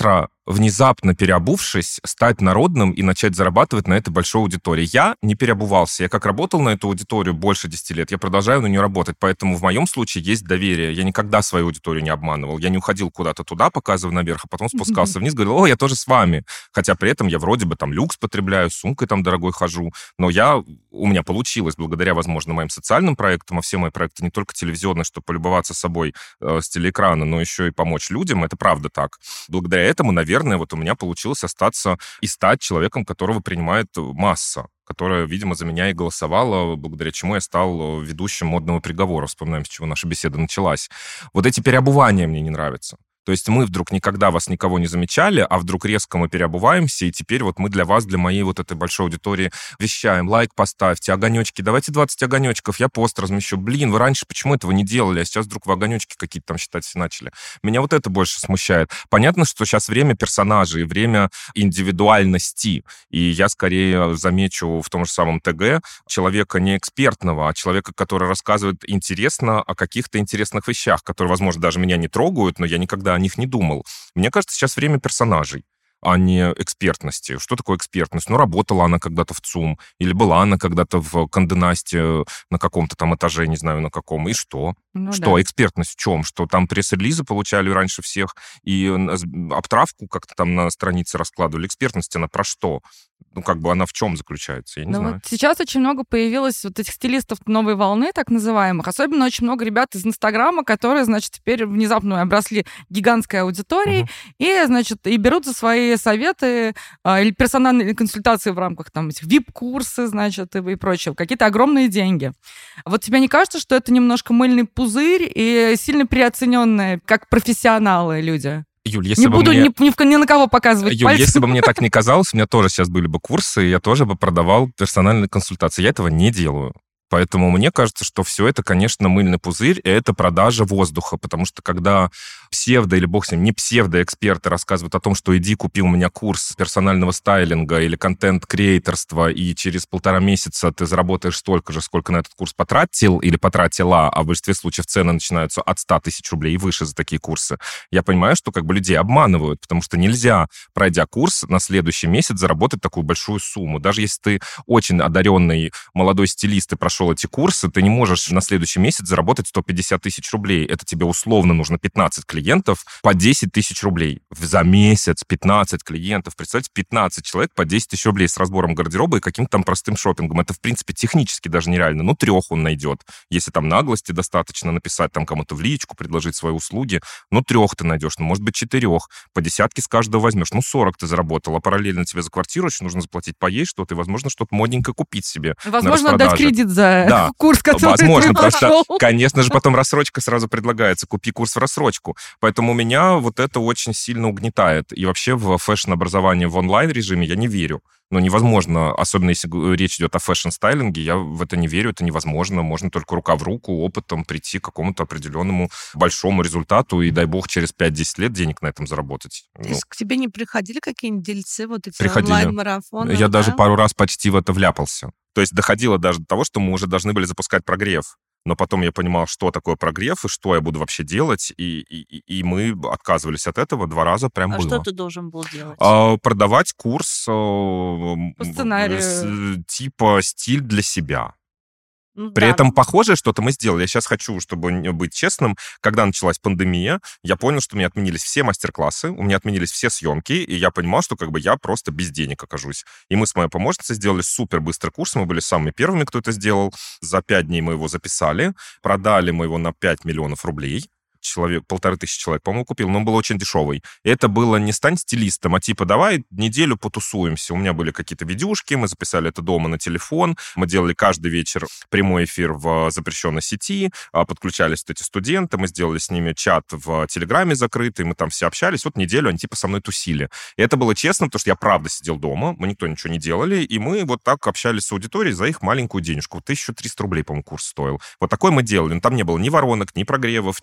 внезапно переобувшись, стать народным и начать зарабатывать на этой большой аудитории. Я не переобувался. Я как работал на эту аудиторию больше десяти лет, я продолжаю на нее работать. Поэтому в моем случае есть доверие. Я никогда свою аудиторию не обманывал. Я не уходил куда-то туда, показывая наверх, а потом спускался вниз, говорил, о, я тоже с вами. Хотя при этом я вроде бы там люкс потребляю, с сумкой там дорогой хожу. Но я, у меня получилось благодаря, возможно, моим социальным проектам, а все мои проекты не только телевизионные, чтобы полюбоваться собой э, с телеэкрана, но еще и помочь людям. Это правда так. Благодаря этому, наверное, Наверное, вот у меня получилось остаться и стать человеком, которого принимает масса, которая, видимо, за меня и голосовала, благодаря чему я стал ведущим модного приговора. Вспоминаем, с чего наша беседа началась. Вот эти переобувания мне не нравятся. То есть мы вдруг никогда вас никого не замечали, а вдруг резко мы переобуваемся, и теперь вот мы для вас, для моей вот этой большой аудитории вещаем. Лайк поставьте, огонечки, давайте двадцать огонечков, я пост размещу. Блин, вы раньше почему этого не делали, а сейчас вдруг вы огонечки какие-то там считать все начали. Меня вот это больше смущает. Понятно, что сейчас время персонажей, время индивидуальности, и я скорее замечу в том же самом ТГ человека не экспертного, а человека, который рассказывает интересно о каких-то интересных вещах, которые, возможно, даже меня не трогают, но я никогда о них не думал. Мне кажется, сейчас время персонажей, а не экспертности. Что такое экспертность? Ну, работала она когда-то в ЦУМ, или была она когда-то в Конде-Насте на каком-то там этаже, не знаю на каком, и что? Ну, что, да. Экспертность в чем? Что там пресс-релизы получали раньше всех, и обтравку как-то там на странице раскладывали. Экспертность, она про что? Ну, как бы она в чем заключается? Я не ну, знаю. Вот сейчас очень много появилось вот этих стилистов новой волны, так называемых. Особенно очень много ребят из Инстаграма, которые, значит, теперь внезапно обросли гигантской аудиторией, угу. и, значит, и берут за свои советы а, или персональные консультации в рамках там этих ви ай пи-курсы, значит, и, и прочее. Какие-то огромные деньги. Вот тебе не кажется, что это немножко мыльный пузырь и сильно переоцененные, как профессионалы люди? Юль, если не бы буду мне... ни, ни, ни на кого показывать Юль, пальцем. Если бы мне так не казалось, у меня тоже сейчас были бы курсы, и я тоже бы продавал персональные консультации. Я этого не делаю. Поэтому мне кажется, что все это, конечно, мыльный пузырь, и это продажа воздуха, потому что когда псевдо, или бог с ним, не псевдоэксперты рассказывают о том, что иди купи у меня курс персонального стайлинга или контент-креаторства, и через полтора месяца ты заработаешь столько же, сколько на этот курс потратил или потратила, а в большинстве случаев цены начинаются от ста тысяч рублей и выше за такие курсы, я понимаю, что как бы людей обманывают, потому что нельзя, пройдя курс, на следующий месяц заработать такую большую сумму. Даже если ты очень одаренный молодой стилист и прошел эти курсы, ты не можешь на следующий месяц заработать сто пятьдесят тысяч рублей. Это тебе условно нужно пятнадцать клиентов по десять тысяч рублей. За месяц пятнадцать клиентов. Представьте, пятнадцать человек по десять тысяч рублей с разбором гардероба и каким-то там простым шопингом. Это, в принципе, технически даже нереально. Ну, трех он найдет. Если там наглости достаточно написать там кому-то в личку, предложить свои услуги, ну, трех ты найдешь, ну, может быть, четырех. По десятке с каждого возьмешь. Ну, сорок ты заработал, а параллельно тебе за квартиру еще нужно заплатить поесть что-то и, возможно, что-то модненькое купить себе. Возможно, отдать кредит за да, курс, который возможно, ты прошел. Просто, конечно же, потом рассрочка сразу предлагается. Купи курс в рассрочку. Поэтому меня вот это очень сильно угнетает. И вообще в фэшн-образование в онлайн-режиме я не верю. Но невозможно, особенно если речь идет о фэшн-стайлинге, я в это не верю, это невозможно. Можно только рука в руку, опытом прийти к какому-то определенному большому результату и, дай бог, через пять-десять лет денег на этом заработать. То есть ну, к тебе не приходили какие-нибудь дельцы, вот эти приходили. онлайн-марафоны? Я да? даже пару раз почти в это вляпался. То есть доходило даже до того, что мы уже должны были запускать прогрев. Но потом я понимал, что такое прогрев и что я буду вообще делать, и, и, и мы отказывались от этого два раза прям а было. А что ты должен был делать? А, продавать курс а, по сценарию. С, типа стиль для себя. Ну, При да. этом похожее что-то мы сделали. Я сейчас хочу, чтобы быть честным, когда началась пандемия, я понял, что у меня отменились все мастер-классы, у меня отменились все съемки, и я понимал, что как бы я просто без денег окажусь. И мы с моей помощницей сделали супер быстрый курс, мы были самыми первыми, кто это сделал. За пять дней мы его записали, продали мы его на пять миллионов рублей. Человек, полторы тысячи человек, по-моему, купил, но он был очень дешевый. И это было не стань стилистом, а типа давай неделю потусуемся. У меня были какие-то видюшки, мы записали это дома на телефон, мы делали каждый вечер прямой эфир в запрещенной сети, подключались вот эти студенты, мы сделали с ними чат в Телеграме закрытый, мы там все общались. Вот неделю они типа со мной тусили. И это было честно, потому что я правда сидел дома, мы никто ничего не делали, и мы вот так общались с аудиторией за их маленькую денежку. тысяча триста рублей, по-моему, курс стоил. Вот такой мы делали. Но там не было ни воронок, ни прогревов, никаких там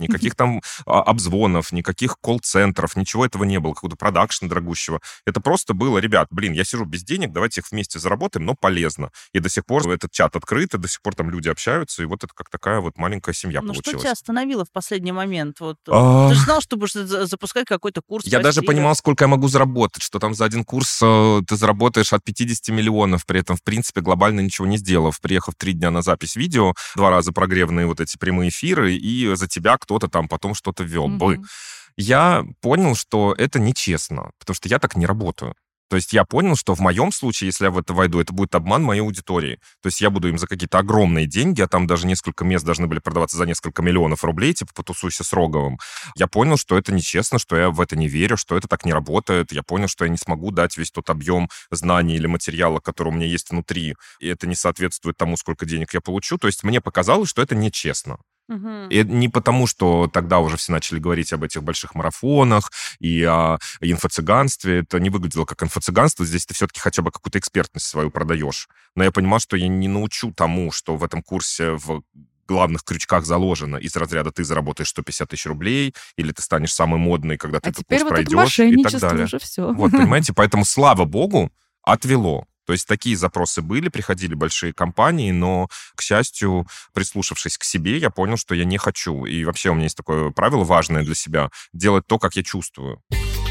там обзвонов, никаких колл-центров, ничего этого не было, какого-то продакшна дорогущего. Это просто было, ребят, блин, я сижу без денег, давайте их вместе заработаем, но полезно. И до сих пор этот чат открыт, и до сих пор там люди общаются, и вот это как такая вот маленькая семья ну, получилась. Что тебя остановило в последний момент? Вот, А... Ты же знал, что будешь запускать какой-то курс. Я даже понимал, сколько я могу заработать, что там за один курс э, ты заработаешь от пятидесяти миллионов, при этом, в принципе, глобально ничего не сделав. Приехав три дня на запись видео, два раза прогревные вот эти прямые эфиры, и за тебя кто-то там потом что-то вел mm-hmm. бы. Я понял, что это нечестно, потому что я так не работаю. То есть я понял, что в моем случае, если я в это войду, это будет обман моей аудитории. То есть я буду им за какие-то огромные деньги, а там даже несколько мест должны были продаваться за несколько миллионов рублей, типа потусуйся с Роговым. Я понял, что это нечестно, что я в это не верю, что это так не работает. Я понял, что я не смогу дать весь тот объем знаний или материала, который у меня есть внутри, и это не соответствует тому, сколько денег я получу. То есть мне показалось, что это нечестно. И не потому, что тогда уже все начали говорить об этих больших марафонах и о инфо-цыганстве. Это не выглядело как инфо-цыганство. Здесь ты все-таки хотя бы какую-то экспертность свою продаешь. Но я понимал, что я не научу тому, что в этом курсе в главных крючках заложено из разряда ты заработаешь сто пятьдесят тысяч рублей, или ты станешь самый модный, когда ты а этот курс вот пройдешь, и так далее. Уже все. Вот, понимаете? Поэтому, слава богу, отвело. То есть такие запросы были, приходили большие компании, но, к счастью, прислушавшись к себе, я понял, что я не хочу. И вообще у меня есть такое правило важное для себя — делать то, как я чувствую.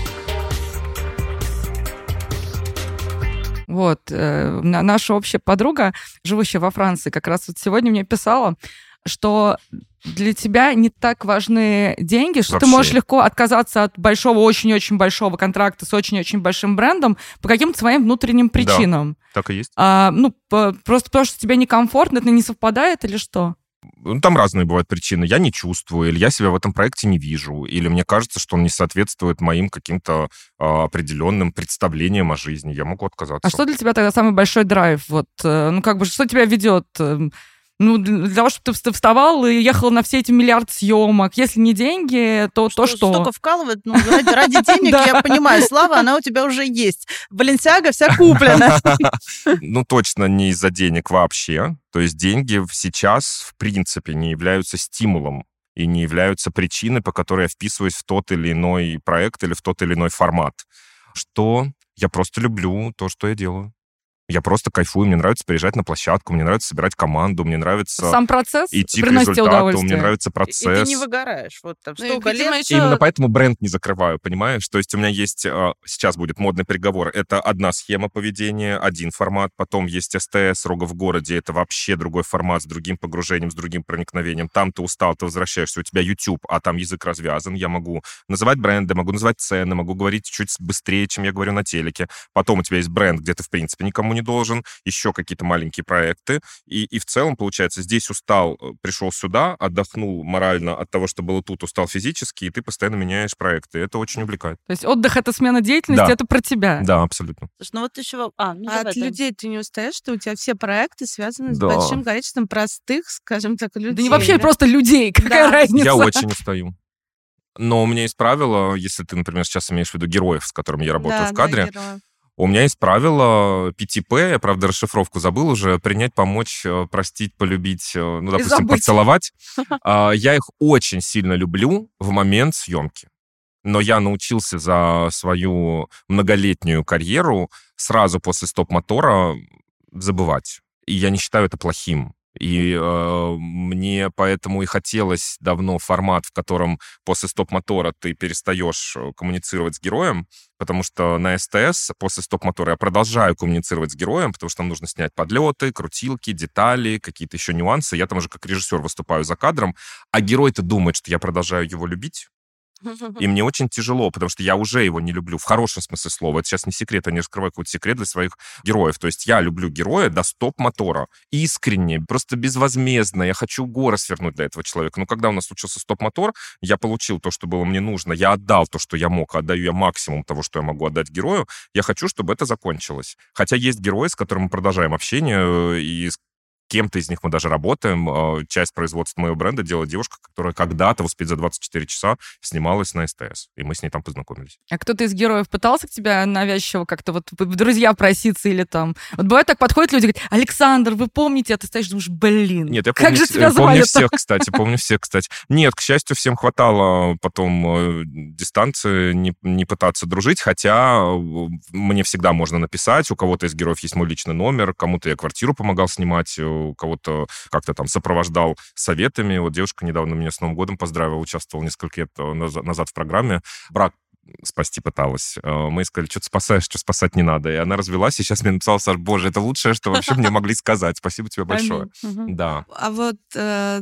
Вот. Э, наша общая подруга, живущая во Франции, как раз вот сегодня мне писала, что для тебя не так важны деньги, что Вообще. Ты можешь легко отказаться от большого, очень-очень большого контракта с очень-очень большим брендом по каким-то своим внутренним причинам. Да, так и есть. А, ну, по, просто потому, что тебе некомфортно, это не совпадает или что? Ну, там разные бывают причины. Я не чувствую, или я себя в этом проекте не вижу, или мне кажется, что он не соответствует моим каким-то а, определенным представлениям о жизни. Я могу отказаться. А что для тебя тогда самый большой драйв? Вот, ну, как бы, что тебя ведет? Ну, для того, чтобы ты вставал и ехал на все эти миллиард съемок. Если не деньги, то что? То что? Столько вкалывать, ну, ради, ради денег, я понимаю, слава, она у тебя уже есть. Баленсиага вся куплена. Ну, точно не из-за денег вообще. То есть деньги сейчас, в принципе, не являются стимулом и не являются причиной, по которой я вписываюсь в тот или иной проект или в тот или иной формат. Что я просто люблю то, что я делаю. Я просто кайфую, мне нравится приезжать на площадку, мне нравится собирать команду, мне нравится сам процесс идти к результату, мне нравится процесс. И ты не выгораешь. Вот там столько лет. Еще... Именно поэтому бренд не закрываю, понимаешь? То есть у меня есть, сейчас будет модный приговор, это одна схема поведения, один формат, потом есть СТС, Рогов в городе, это вообще другой формат с другим погружением, с другим проникновением. Там ты устал, ты возвращаешься, у тебя YouTube, а там язык развязан, я могу называть бренды, могу называть цены, могу говорить чуть быстрее, чем я говорю на телеке. Потом у тебя есть бренд, где ты, в принципе, никому не должен, еще какие-то маленькие проекты. И, и в целом, получается, здесь устал, пришел сюда, отдохнул морально от того, что было тут, устал физически, и ты постоянно меняешь проекты. Это очень увлекает. То есть отдых — это смена деятельности, да. это про тебя. Да, абсолютно. Слушай, ну вот еще... А, ну, а от там. людей ты не устаешь, что у тебя все проекты связаны да. с большим количеством простых, скажем так, людей. Да не вообще да? просто людей, какая да. разница? Я очень устаю. Но у меня есть правило, если ты, например, сейчас имеешь в виду героев, с которыми я работаю да, в кадре, да, у меня есть правило пять П, я, правда, расшифровку забыл уже, принять, помочь, простить, полюбить, ну, допустим, поцеловать. Я их очень сильно люблю в момент съемки. Но я научился за свою многолетнюю карьеру сразу после стоп-мотора забывать. И я не считаю это плохим. И э, мне поэтому и хотелось давно формат, в котором после стоп-мотора ты перестаешь коммуницировать с героем, потому что на СТС после стоп-мотора я продолжаю коммуницировать с героем, потому что нам нужно снять подлеты, крутилки, детали, какие-то еще нюансы. Я там уже как режиссер выступаю за кадром, а герой-то думает, что я продолжаю его любить. И мне очень тяжело, потому что я уже его не люблю, в хорошем смысле слова. Это сейчас не секрет, я не раскрываю какой-то секрет для своих героев. То есть я люблю героя до стоп-мотора. Искренне, просто безвозмездно. Я хочу горы свернуть для этого человека. Но когда у нас случился стоп-мотор, я получил то, что было мне нужно. Я отдал то, что я мог. Отдаю я максимум того, что я могу отдать герою. Я хочу, чтобы это закончилось. Хотя есть герои, с которыми мы продолжаем общение, и кем-то из них мы даже работаем. Часть производства моего бренда делает девушка, которая когда-то «Успеть за двадцать четыре часа» снималась на СТС, и мы с ней там познакомились. А кто-то из героев пытался к тебе навязчиво как-то вот в друзья проситься или там... Вот бывает так, подходят люди, говорят: Александр, вы помните? А ты стоишь, думаешь, блин, Нет, я как помню, же тебя помню звали-то? всех, кстати, помню всех, кстати. Нет, к счастью, всем хватало потом э, дистанции, не, не пытаться дружить, хотя мне всегда можно написать, у кого-то из героев есть мой личный номер, кому-то я квартиру помогал снимать, у кого-то как-то там сопровождал советами. Вот девушка недавно меня с Новым годом поздравила, участвовала несколько лет назад в программе. Брак спасти пыталась. Мы сказали: что ты спасаешь, что спасать не надо. И она развелась, и сейчас мне написала: Саш, боже, это лучшее, что вообще мне могли сказать. Спасибо тебе большое. Да. А вот э,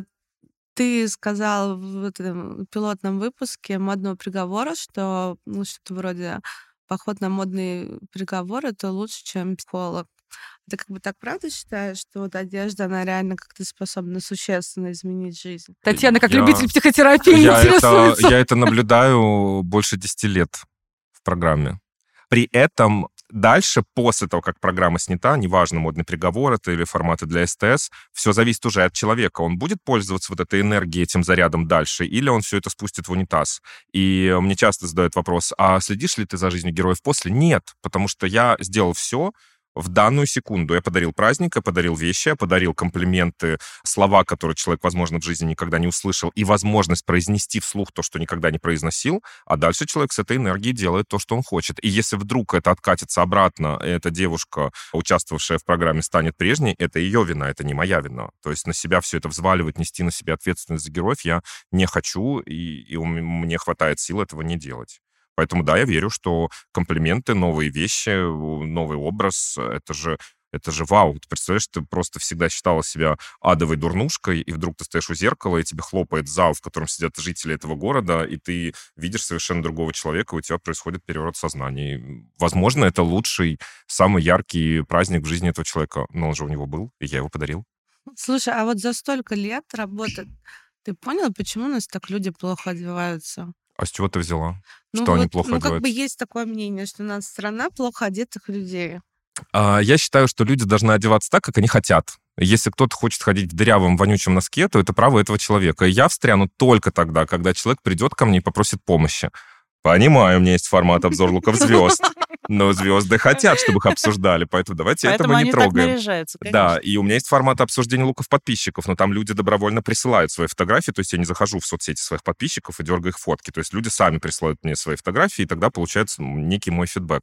ты сказал в этом пилотном выпуске «Модного приговора», что ну, что-то вроде поход на модный приговор — это лучше, чем психолог. Ты как бы так правда считаешь, что вот одежда, она реально как-то способна существенно изменить жизнь? Татьяна, как Я- любитель психотерапии, Я это, интересуется. я это наблюдаю больше десяти лет в программе. При этом дальше, после того, как программа снята, неважно, модный приговор это или форматы для СТС, все зависит уже от человека. Он будет пользоваться вот этой энергией, этим зарядом дальше, или он все это спустит в унитаз. И мне часто задают вопрос: а следишь ли ты за жизнью героев после? Нет, потому что я сделал все в данную секунду. Я подарил праздник, я подарил вещи, я подарил комплименты, слова, которые человек, возможно, в жизни никогда не услышал, и возможность произнести вслух то, что никогда не произносил, а дальше человек с этой энергией делает то, что он хочет. И если вдруг это откатится обратно, и эта девушка, участвовавшая в программе, станет прежней, это ее вина, это не моя вина. То есть на себя все это взваливать, нести на себя ответственность за героев я не хочу, и, и у м- мне хватает сил этого не делать. Поэтому, да, я верю, что комплименты, новые вещи, новый образ, это же, это же вау. Ты представляешь, ты просто всегда считала себя адовой дурнушкой, и вдруг ты стоишь у зеркала, и тебе хлопает зал, в котором сидят жители этого города, и ты видишь совершенно другого человека, и у тебя происходит переворот сознания. И, возможно, это лучший, самый яркий праздник в жизни этого человека. Но он же у него был, и я его подарил. Слушай, а вот за столько лет работы ты понял, почему у нас так люди плохо одеваются? А с чего ты взяла? Ну Что они вот, плохо ну как бы одеваются? есть такое мнение, что у нас страна плохо одетых людей. А, Я считаю, что люди должны одеваться так, как они хотят. Если кто-то хочет ходить в дырявом, вонючем носке, то это право этого человека. И я встряну только тогда, когда человек придет ко мне и попросит помощи. Понимаю, у меня есть формат обзор луков звезд, но звезды хотят, чтобы их обсуждали, поэтому давайте Поэтому этого не они так трогаем. наряжаются, Да, конечно. и у меня есть формат обсуждения луков подписчиков, но там люди добровольно присылают свои фотографии, то есть я не захожу в соцсети своих подписчиков и дергаю их фотки, то есть люди сами присылают мне свои фотографии, и тогда получается некий мой фидбэк.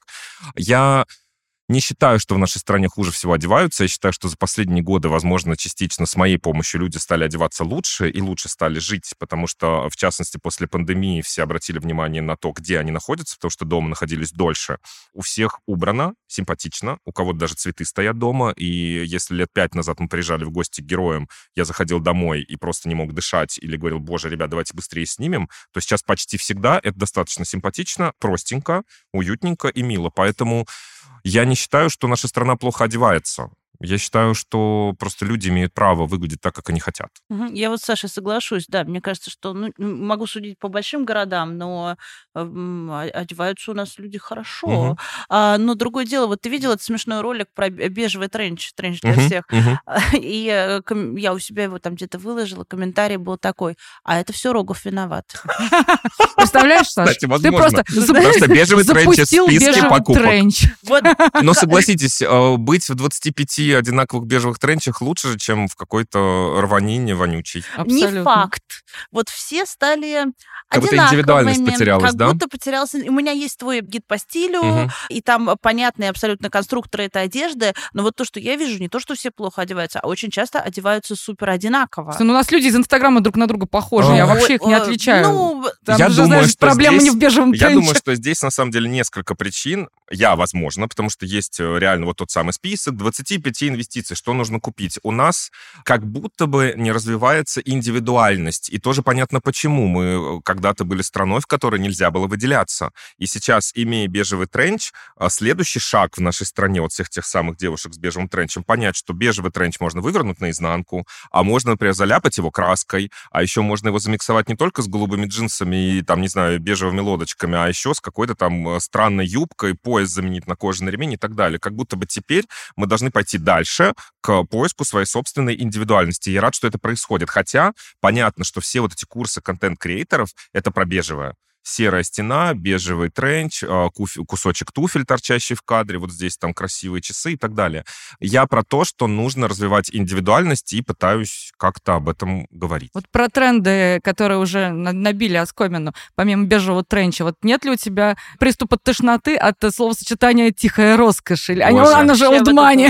Я не считаю, что в нашей стране хуже всего одеваются. Я считаю, что за последние годы, возможно, частично с моей помощью люди стали одеваться лучше и лучше стали жить, потому что, в частности, после пандемии все обратили внимание на то, где они находятся, потому что дома находились дольше. У всех убрано, симпатично, у кого-то даже цветы стоят дома, и если лет пять назад мы приезжали в гости к героям, я заходил домой и просто не мог дышать или говорил: боже, ребят, давайте быстрее снимем, то сейчас почти всегда это достаточно симпатично, простенько, уютненько и мило. Поэтому я не считаю, что наша страна плохо одевается. Я считаю, что просто люди имеют право выглядеть так, как они хотят. Мгм. Я вот с Сашей соглашусь, да, мне кажется, что, ну, м, могу судить по большим городам, но м, а- одеваются у нас люди хорошо. Мгм. А, но другое дело, вот ты видел этот смешной ролик про бе- бежевый тренч, тренч для Мгм, всех, мгм. и э, ком- я у себя его там где-то выложила, комментарий был такой: а это все Рогов виноват. Представляешь, Саш? Кстати, Ты возможно. просто Потому что бежевый тренч в запустил списке бежевый покупок. тренч. Вот Но согласитесь, э, быть в двадцати пяти одинаковых бежевых тренчах лучше, чем в какой-то рванине вонючей. не Абсолютно. факт. Вот все стали Как будто индивидуальность одинаковыми, потерялась, как да? будто потерялся. У меня есть твой гид по стилю, Мгм. и там понятные абсолютно конструкторы этой одежды, но вот то, что я вижу, не то, что все плохо одеваются, а очень часто одеваются супер одинаково. Слушай, ну у нас люди из Инстаграма друг на друга похожи, я Ой, вообще их не Ой, отличаю. Ну, Там Я же, думаю, знаешь, что проблема здесь- не в бежевом Я тренче. думаю, что здесь на самом деле несколько причин. Я, возможно, потому что есть э, реально вот тот самый список двадцати пяти инвестиций, что нужно купить. У нас как будто бы не развивается индивидуальность и тоже понятно, почему. Мы когда-то были страной, в которой нельзя было выделяться. И сейчас, имея бежевый тренч, следующий шаг в нашей стране от всех тех самых девушек с бежевым тренчем, понять, что бежевый тренч можно вывернуть наизнанку, а можно, например, заляпать его краской, а еще можно его замиксовать не только с голубыми джинсами и, там, не знаю, бежевыми лодочками, а еще с какой-то там странной юбкой, пояс заменить на кожаный ремень и так далее. Как будто бы теперь мы должны пойти дальше к поиску своей собственной индивидуальности. Я рад, что это происходит. Хотя понятно, что все вот эти курсы контент-креаторов — это про бежевое. Серая стена, бежевый тренч, кусочек туфель, торчащий в кадре, вот здесь там красивые часы и так далее. Я про то, что нужно развивать индивидуальность, и пытаюсь как-то об этом говорить. Вот про тренды, которые уже набили оскомину, помимо бежевого тренча, вот нет ли у тебя приступа тошноты от словосочетания «тихая роскошь»? Или она же олдмани.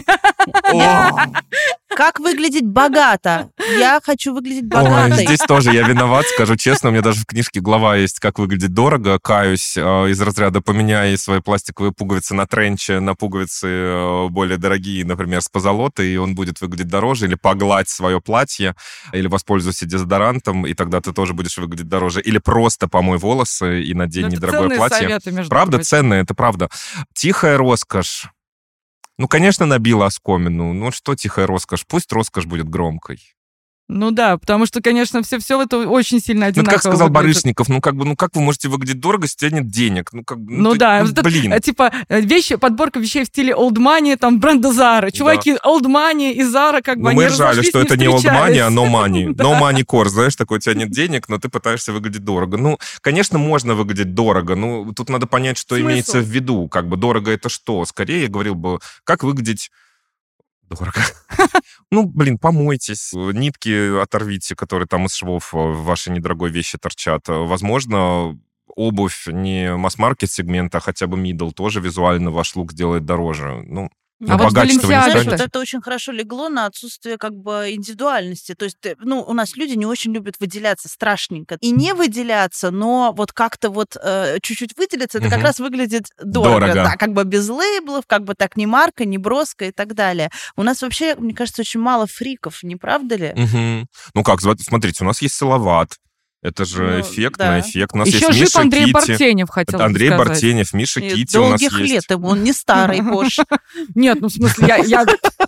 Как выглядеть богато? Я хочу выглядеть богатой. Ой, здесь тоже я виноват, скажу честно. У меня даже в книжке глава есть «Как выглядеть дорого». Каюсь из разряда «Поменяй свои пластиковые пуговицы на тренче, на пуговицы более дорогие, например, с позолотой, и он будет выглядеть дороже». Или «Погладь свое платье», или «Воспользуйся дезодорантом», и тогда ты тоже будешь выглядеть дороже. Или «Просто помой волосы и надень недорогое платье». Советы, правда, прочим. ценные, это правда. Тихая роскошь. Ну, конечно, набила оскомину. Ну, что тихая роскошь? Пусть роскошь будет громкой. Ну да, потому что, конечно, все-все это очень сильно одинаково. Ну, как сказал выглядит. Барышников, ну, как бы, ну, как вы можете выглядеть дорого, если у тебя нет денег? Ну, как, ну, Ну ты, да, ну, вот блин. это, типа, вещи, подборка вещей в стиле Old Money, там, бренда Zara. Чуваки, да. Old Money и Zara как бы ну, они мы ржали, что не это не Old Money, а No Money. Да. No Money Core, знаешь, такой, у тебя нет денег, но ты пытаешься выглядеть дорого. Ну, конечно, можно выглядеть дорого, но тут надо понять, что Смысл? имеется в виду. Как бы дорого это что? Скорее, я говорил бы, как выглядеть дорого. Ну, блин, помойтесь, нитки оторвите, которые там из швов в вашей недорогой вещи торчат. Возможно, обувь не масс-маркет сегмента, а хотя бы middle, тоже визуально ваш лук сделает дороже. Ну, А вот богачество не Balenciaga- Знаешь, станет. вот это очень хорошо легло на отсутствие как бы индивидуальности. То есть, ты- ну, у нас люди не очень любят выделяться страшненько. И не выделяться, но вот как-то вот э, чуть-чуть выделиться, это как Мгм. раз выглядит дорого. Дорого. Да, как бы без лейблов, как бы так ни марка, ни броска и так далее. У нас вообще, мне кажется, очень мало фриков, не правда ли? Мгм. Ну как, зва- смотрите, у нас есть Салават. Это же Ну, эффект да. на эффект. У нас Еще есть жив Миша Андрей Китти. Бартенев, хотел Это Андрей сказать. Бартенев, Миша И Китти у нас долгих есть. лет ему, он не старый Пош. Нет, ну в смысле, я... я-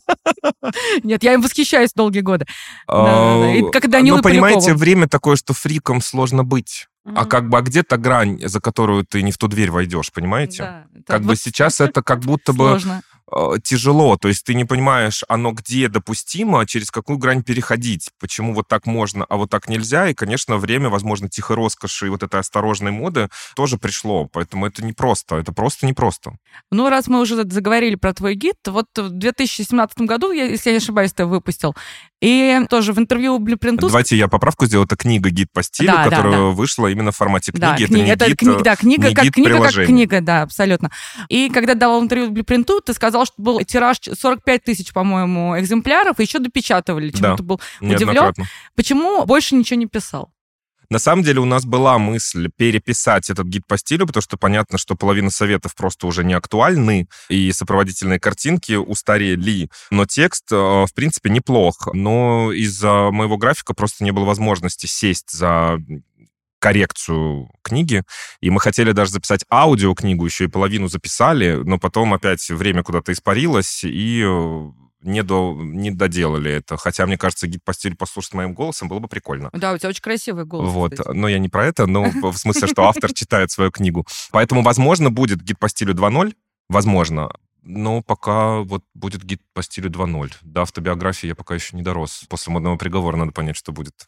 Нет, я им восхищаюсь долгие годы. А, Да-да-да. И как Данила Ну, понимаете, Полякова. время такое, что фриком сложно быть. А Мгм. как бы, а где-то грань, за которую ты не в ту дверь войдешь, понимаете? Да, это Как бы вот сейчас это как будто бы сложно. э, тяжело. То есть ты не понимаешь, оно где допустимо, а через какую грань переходить. Почему вот так можно, а вот так нельзя. И, конечно, время, возможно, тихой роскоши и вот этой осторожной моды тоже пришло. Поэтому это непросто. Это просто непросто. Ну, раз мы уже заговорили про твой гид, вот в две тысячи семнадцатом году, я- если я не ошибаюсь, ты выпустил. И тоже в интервью Blueprint Давайте я поправку сделаю. Это книга «Гид по стилю», Да, да, которая да. вышла именно в формате книги. Да, это кни- не это гид, кни- да, книга не как гид книга, как приложения. книга, да, абсолютно. И когда давал интервью Blueprint, ты сказал, что был тираж сорок пять тысяч, по-моему, экземпляров, и еще допечатывали, чему Да, ты был удивлен. неоднократно. Почему больше ничего не писал? На самом деле у нас была мысль переписать этот гид по стилю, потому что понятно, что половина советов просто уже не актуальны, и сопроводительные картинки устарели. Но текст, э, в принципе, неплох. Но из-за моего графика просто не было возможности сесть за коррекцию книги, и мы хотели даже записать аудиокнигу, еще и половину записали, но потом опять время куда-то испарилось, и э, не, до, не доделали это. Хотя, мне кажется, гид по стилю послушать моим голосом было бы прикольно. Да, у тебя очень красивый голос. Вот, кстати. но я не про это, но в смысле, что автор читает свою книгу. Поэтому, возможно, будет гид по стилю два ноль, возможно, но пока вот будет гид по стилю два ноль. До автобиографии я пока еще не дорос. После модного приговора надо понять, что будет.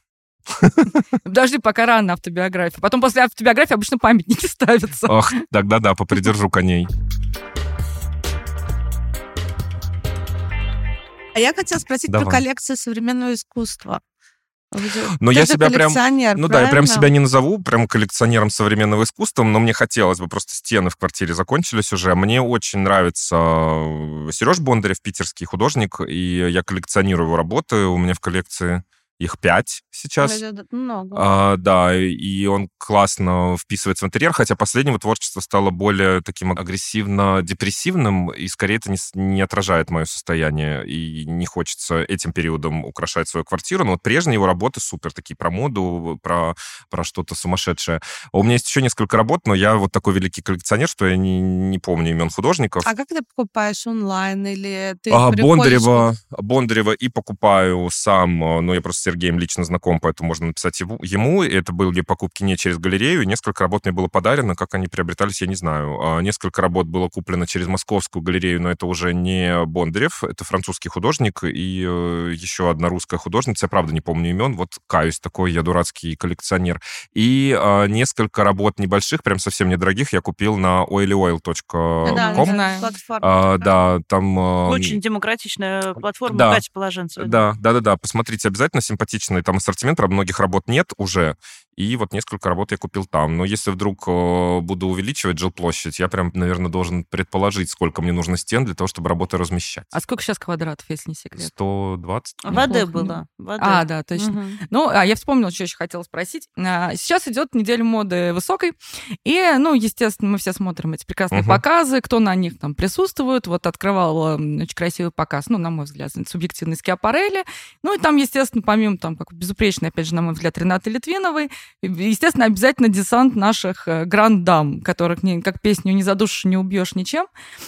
Подожди, пока рано автобиография. Потом после автобиографии обычно памятники ставятся. Ах, тогда да, попридержу коней. А я хотела спросить Давай. про коллекцию современного искусства. Но Ты я же себя прям... коллекционер, Ну да, я прям правильно? себя не назову прям коллекционером современного искусства, но мне хотелось бы, просто стены в квартире закончились уже. Мне очень нравится Сереж Бондарев, питерский художник, и я коллекционирую его работы. У меня в коллекции их пять сейчас. Это много. А, да, и он классно вписывается в интерьер, хотя последнего творчество стало более таким агрессивно-депрессивным, и скорее это не, не отражает мое состояние, и не хочется этим периодом украшать свою квартиру. Но вот прежние его работы супер, такие про моду, про, про что-то сумасшедшее. У меня есть еще несколько работ, но я вот такой великий коллекционер, что я не, не помню имен художников. А как ты покупаешь онлайн? Или ты а, приходишь... Бондарева, Бондарева и покупаю сам, ну, я просто с Сергеем лично знаком, поэтому можно написать ему. Это были покупки не через галерею, несколько работ мне было подарено, как они приобретались, я не знаю. А, несколько работ было куплено через московскую галерею, но это уже не Бондарев, это французский художник, и э, еще одна русская художница, я правда не помню имен, вот каюсь, такой я дурацкий коллекционер. И э, несколько работ небольших, прям совсем недорогих, я купил на oily oil точка ком. Да, да, платформа. А, да, там... Э, Очень демократичная платформа, да, Катя Положенцева. Да, да, да, да, посмотрите обязательно, симпатичный там ассортимент, правда, многих работ нет уже, и вот несколько работ я купил там. Но если вдруг э, буду увеличивать жилплощадь, я прям, наверное, должен предположить, сколько мне нужно стен для того, чтобы работы размещать. А сколько сейчас квадратов, если не секрет? сто двадцать. Воды было. Воды. А, да, точно. Угу. Ну, а я вспомнила, что еще хотела спросить. Сейчас идет неделя моды высокой, и, ну, естественно, мы все смотрим эти прекрасные угу. показы, кто на них там присутствует. Вот открывал очень красивый показ, ну, на мой взгляд, субъективный Скиапарелли. Ну, и там, естественно, помимо там, как безупречной, опять же, на мой взгляд, Ренаты Литвиновой, естественно, обязательно десант наших гранд-дам, которых не, как песню не задушишь, не убьешь ничем.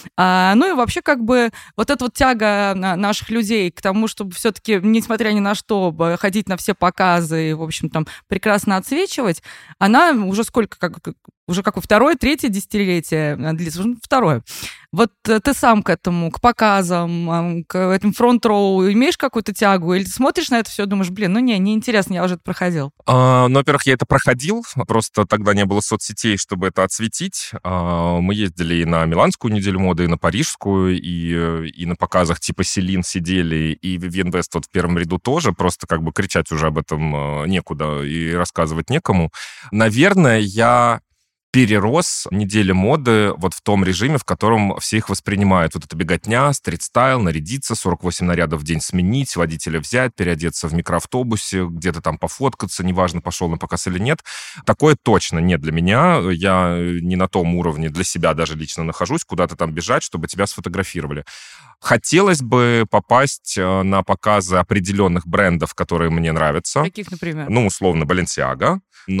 А, ну и вообще как бы вот эта вот тяга наших людей к тому, чтобы все-таки, несмотря ни на что, ходить на все показы и, в общем, там прекрасно отсвечивать, она уже сколько, как, уже какое второе, третье десятилетие длится, второе. Вот ты сам к этому, к показам, к этому фронт-роу имеешь какую-то тягу? Или ты смотришь на это все и думаешь, блин, ну не, неинтересно, я уже это проходил? А, ну, во-первых, я это проходил, просто тогда не было соцсетей, чтобы это отсветить. А, мы ездили и на Миланскую неделю моды, и на Парижскую, и, и на показах типа Селин сидели, и Вивьен Вест вот в первом ряду тоже, просто как бы кричать уже об этом некуда и рассказывать некому. Наверное, я... перерос недели моды вот в том режиме, в котором все их воспринимают. Вот это беготня, стрит-стайл, нарядиться, сорок восемь нарядов в день сменить, водителя взять, переодеться в микроавтобусе, где-то там пофоткаться, неважно, пошел на показ или нет. Такое точно не для меня. Я не на том уровне для себя даже лично нахожусь, куда-то там бежать, чтобы тебя сфотографировали. Хотелось бы попасть на показы определенных брендов, которые мне нравятся. Каких, например? Ну, условно, Balenciaga,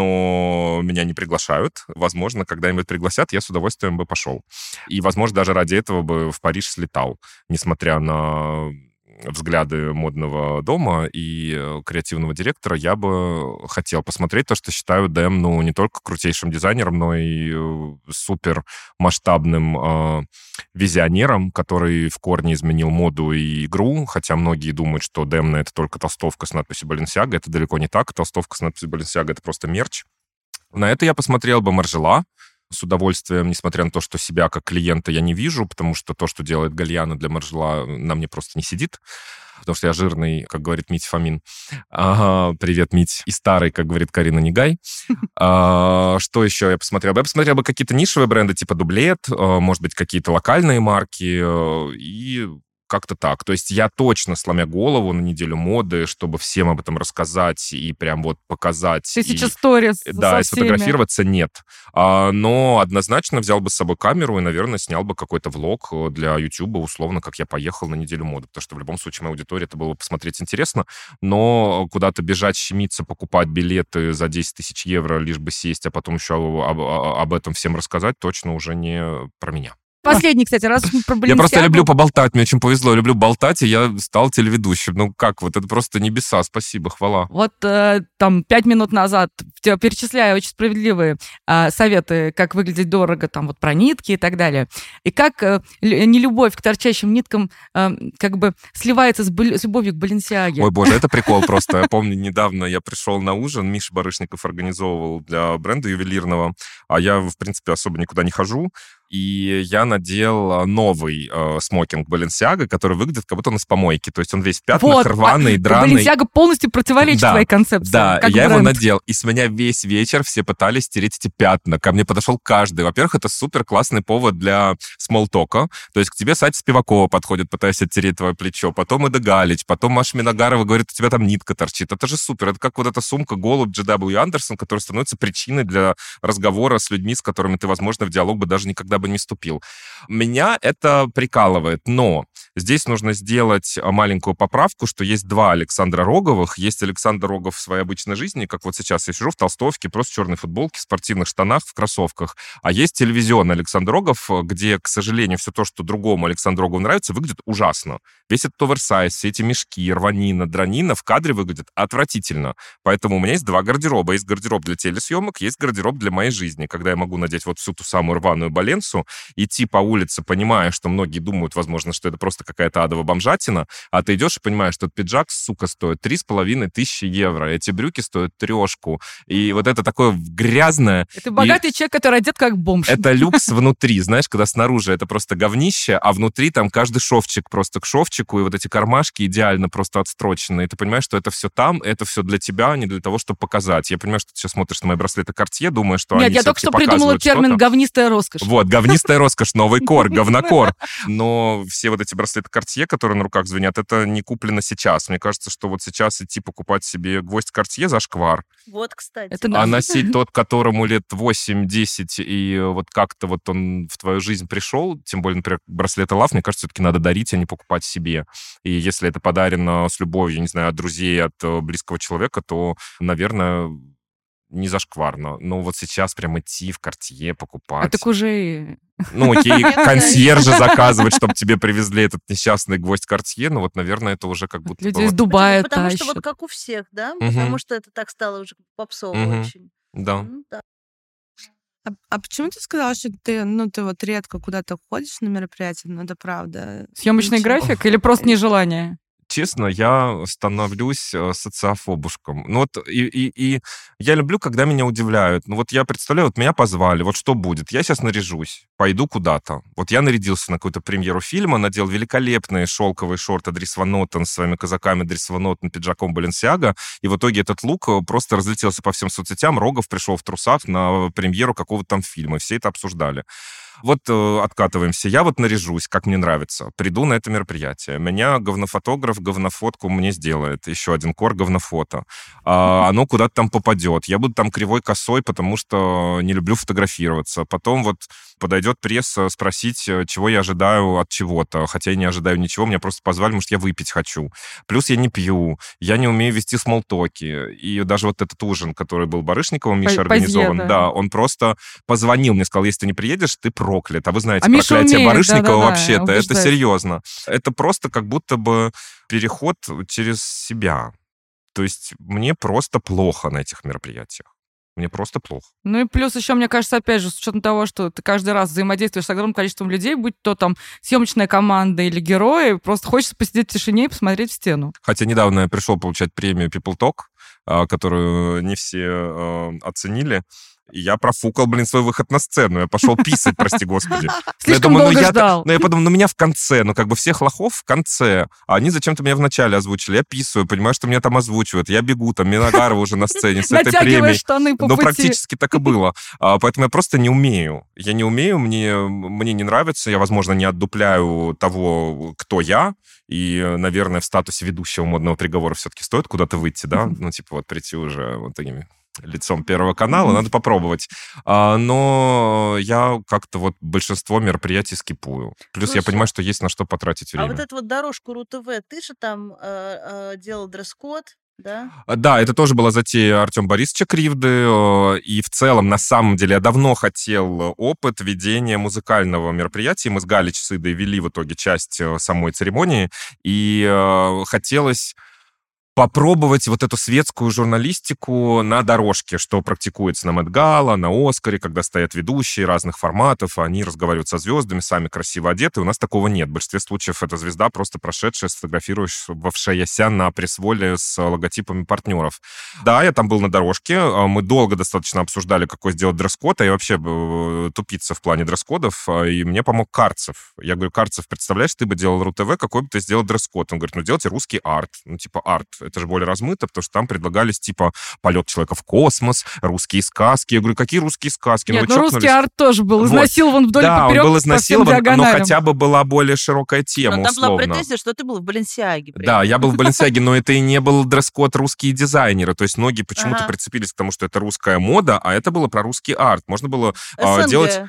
но меня не приглашают. Возможно, когда-нибудь пригласят, я с удовольствием бы пошел. И, возможно, даже ради этого бы в Париж слетал, несмотря на взгляды модного дома и креативного директора, я бы хотел посмотреть то, что считаю Дэм, ну, не только крутейшим дизайнером, но и супер масштабным э, визионером, который в корне изменил моду и игру, хотя многие думают, что Дэм — это только толстовка с надписью Balenciaga. Это далеко не так. Толстовка с надписью Balenciaga — это просто мерч. На это я посмотрел бы Маржела с удовольствием, несмотря на то, что себя как клиента я не вижу, потому что то, что делает Гальяно для Маржела, на мне просто не сидит, потому что я жирный, как говорит Митя Фомин. Ага, привет, Мить. И старый, как говорит Карина Нигай. А, что еще я посмотрел? Я посмотрел бы какие-то нишевые бренды типа Дублет, может быть, какие-то локальные марки, и как-то так. То есть я точно, сломя голову на неделю моды, чтобы всем об этом рассказать и прям вот показать. Тысяча сторис. Да, и сфотографироваться нет. А, но однозначно взял бы с собой камеру и, наверное, снял бы какой-то влог для Ютуба, условно, как я поехал на неделю моды. Потому что в любом случае моя аудитория, это было посмотреть интересно. Но куда-то бежать, щемиться, покупать билеты за десять тысяч евро, лишь бы сесть, а потом еще об, об этом всем рассказать, точно уже не про меня. Последний, кстати, раз про Balenciaga. Я просто люблю поболтать, мне очень повезло, я люблю болтать, и я стал телеведущим. Ну как, вот это просто небеса, спасибо, хвала. Вот э, там пять минут назад перечисляю очень справедливые э, советы, как выглядеть дорого, там вот про нитки и так далее. И как э, нелюбовь к торчащим ниткам э, как бы сливается с, бл- с любовью к Balenciaga. Ой, боже, это прикол просто. Я помню, недавно я пришел на ужин, Миша Барышников организовывал для бренда ювелирного, а я, в принципе, особо никуда не хожу. и я надел новый э, смокинг Balenciaga, который выглядит, как будто он из помойки. То есть он весь в пятнах, вот, рваный, драный. Balenciaga полностью противоречит да, твоей концепции. Да, как я бренд. его надел, и с меня весь вечер все пытались стереть эти пятна. Ко мне подошел каждый. Во-первых, это супер классный повод для смолтока. То есть к тебе Сатя Спивакова подходит, пытаясь оттереть твое плечо. Потом Ида Галич, потом Маша Миногарова говорит, у тебя там нитка торчит. Это же супер. Это как вот эта сумка голубь Джей Дабл ю Андерсон, которая становится причиной для разговора с людьми, с которыми ты, возможно, в диалог бы даже никогда бы не вступил. Меня это прикалывает, но здесь нужно сделать маленькую поправку, что есть два Александра Роговых. Есть Александр Рогов в своей обычной жизни, как вот сейчас я сижу в толстовке, просто в черной футболке, в спортивных штанах, в кроссовках. А есть телевизионный Александр Рогов, где, к сожалению, все то, что другому Александру Рогову нравится, выглядит ужасно. Весь этот оверсайз, все эти мешки, рванина, дранина в кадре выглядит отвратительно. Поэтому у меня есть два гардероба. Есть гардероб для телесъемок, есть гардероб для моей жизни, когда я могу надеть вот всю ту самую рваную Баленсу, идти по улице, понимая, что многие думают, возможно, что это просто какая-то адова бомжатина, а ты идешь и понимаешь, что этот пиджак, сука, стоит три с половиной тысячи евро, эти брюки стоят трешку, и вот это такое грязное... Это богатый и... человек, который одет как бомж. Это люкс внутри, знаешь, когда снаружи это просто говнище, а внутри там каждый шовчик просто к шовчику, и вот эти кармашки идеально просто отстрочены, и ты понимаешь, что это все там, это все для тебя, а не для того, чтобы показать. Я понимаю, что ты сейчас смотришь на мои браслеты Cartier, думаешь, что Нет, они я только что придумала термин что-то. «говнистая роскошь». Вот, говнистая роскошь, новый кор, говнокор. Но все вот эти браслеты Cartier, которые на руках звенят, это не куплено сейчас. Мне кажется, что вот сейчас идти покупать себе гвоздь Cartier зашквар. Вот, кстати. Это а носить тот, которому лет восемь-десять, и вот как-то вот он в твою жизнь пришел, тем более, например, браслеты Love, мне кажется, все-таки надо дарить, а не покупать себе. И если это подарено с любовью, не знаю, от друзей, от близкого человека, то, наверное, не зашкварно. Но вот сейчас прям идти в Cartier покупать. А так уже... Ну, окей, консьержа заказывать, чтобы тебе привезли этот несчастный гвоздь Cartier, ну вот, наверное, это уже как будто... Люди из Дубая Потому тащат. что вот как у всех, да? Мгм. Потому что это так стало уже попсово Мгм. очень. Да. Ну, да. А, а почему ты сказала, что ты, ну, ты вот редко куда-то ходишь на мероприятия? Ну, это правда. Съемочный Ничего. график или просто нежелание? Честно, я становлюсь э, социофобушком. Ну вот и, и, и я люблю, когда меня удивляют. Ну вот я представляю, вот меня позвали, вот что будет? Я сейчас наряжусь, пойду куда-то. Вот я нарядился на какую-то премьеру фильма, надел великолепные шелковые шорты Дрис Ван Нотен с своими казаками Дрис Ван Нотен, пиджаком Balenciaga, и в итоге этот лук просто разлетелся по всем соцсетям. Рогов пришел в трусах на премьеру какого-то там фильма, все это обсуждали. Вот э, откатываемся. Я вот наряжусь, как мне нравится. Приду на это мероприятие. Меня говнофотограф говнофотку мне сделает. Еще один кор говнофото. А, оно куда-то там попадет. Я буду там кривой косой, потому что не люблю фотографироваться. Потом вот подойдет пресса спросить, чего я ожидаю от чего-то. Хотя я не ожидаю ничего. Меня просто позвали, может, я выпить хочу. Плюс я не пью. Я не умею вести смолтоки. И даже вот этот ужин, который был Барышниковым, Миша По- организован, позье, да. да, он просто позвонил мне, сказал, если ты не приедешь, ты проклят. А вы знаете, А Миша проклятие умеет, Барышникова да-да-да, вообще-то, это убеждать. серьезно. Это просто как будто бы переход через себя. То есть мне просто плохо на этих мероприятиях. Мне просто плохо. Ну и плюс еще, мне кажется, опять же, с учетом того, что ты каждый раз взаимодействуешь с огромным количеством людей, будь то там съемочная команда или герои, просто хочется посидеть в тишине и посмотреть в стену. Хотя недавно я пришел получать премию People Talk, а, которую не все а, оценили. И я профукал, блин, свой выход на сцену. Я пошел писать, прости господи. Но я Слишком думаю, долго ну, я, ждал. ну, я подумал, ну, меня в конце, ну, как бы всех лохов в конце. А они зачем-то меня в начале озвучили. Я писаю, понимаю, что меня там озвучивают. Я бегу, там, Миногарова уже на сцене с этой Натягивая премией. штаны по Ну, пути. практически так и было. А, поэтому я просто не умею. Я не умею, мне, мне не нравится. Я, возможно, не отдупляю того, кто я. И, наверное, в статусе ведущего модного приговора все-таки стоит куда-то выйти, да? Ну, типа, вот прийти уже вот такими лицом Первого канала, надо попробовать. А, но я как-то вот большинство мероприятий скипую. Плюс Слушай, я понимаю, что есть на что потратить время. А вот эту вот дорожку РУ-ТВ, ты же там э, э, делал дресс-код, да? А, Да, это тоже была затея Артема Борисовича Кривды. э, И в целом, на самом деле, я давно хотел опыт ведения музыкального мероприятия. Мы с Галич с Идой вели в итоге часть э, самой церемонии. И э, хотелось попробовать вот эту светскую журналистику на дорожке, что практикуется на Мет-Гала, на Оскаре, когда стоят ведущие разных форматов, они разговаривают со звездами, сами красиво одеты. У нас такого нет. В большинстве случаев это звезда, просто прошедшая, сфотографировавшаяся на пресс-воле с логотипами партнеров. Да, я там был на дорожке. Мы долго достаточно обсуждали, какой сделать дресс-код. А я вообще тупица в плане дресс-кодов. И мне помог Карцев. Я говорю, Карцев, представляешь, ты бы делал РУ-ТВ, какой бы ты сделал дресс-код? Он говорит, ну делайте русский арт. Ну типа арт. Это же более размыто, потому что там предлагались, типа, полет человека в космос, русские сказки. Я говорю, какие русские сказки? Нет, ну, ну русский арт тоже был изнасилован вот. вдоль да, и поперек. Да, он был изнасилован, но хотя бы была более широкая тема, но там условно. была претензия, что ты был в Баленсиаге. Да, я был в Баленсиаге, но это и не был дресс-код русские дизайнеры. То есть многие почему-то ага. прицепились к тому, что это русская мода, а это было про русский арт. Можно было а, делать...